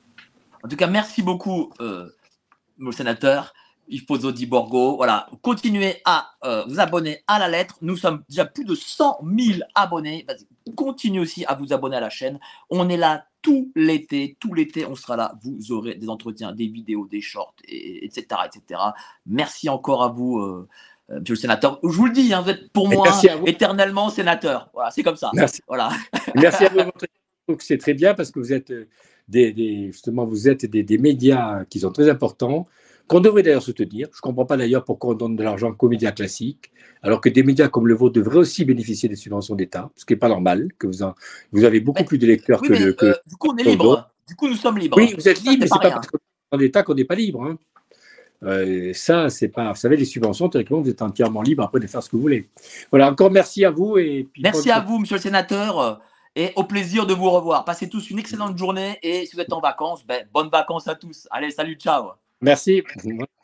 En tout cas, merci beaucoup, euh, le sénateur Yves Pozzo di Borgo. Voilà, continuez à euh, vous abonner à la lettre. Nous sommes déjà plus de cent mille abonnés. Continuez aussi à vous abonner à la chaîne. On est là tout l'été. Tout l'été, on sera là. Vous aurez des entretiens, des vidéos, des shorts, et, etc., et cetera. Merci encore à vous. Euh, Monsieur le sénateur, je vous le dis, hein, vous êtes pour moi éternellement sénateur. Voilà, c'est comme ça. Merci. Voilà. Merci à vous. C'est très bien parce que vous êtes des, des justement, vous êtes des, des médias qui sont très importants, qu'on devrait d'ailleurs soutenir. Je ne comprends pas d'ailleurs pourquoi on donne de l'argent qu'aux médias classiques, alors que des médias comme le vôtre devraient aussi bénéficier des subventions d'État, ce qui n'est pas normal. Que vous, en, vous avez beaucoup mais, plus de lecteurs oui, que mais, le. Que euh, du coup, on est libre. Du coup, nous sommes libres. Oui, vous êtes libre, mais c'est ce n'est pas parce qu'on est dans l'État qu'on n'est pas libre. Hein. Euh, ça, c'est pas. Vous savez, les subventions, théoriquement, vous êtes entièrement libre après de faire ce que vous voulez. Voilà, encore merci à vous. Et puis, merci à vous, monsieur le sénateur, et au plaisir de vous revoir. Passez tous une excellente journée et si vous êtes en vacances, ben, bonnes vacances à tous. Allez, salut, ciao. Merci.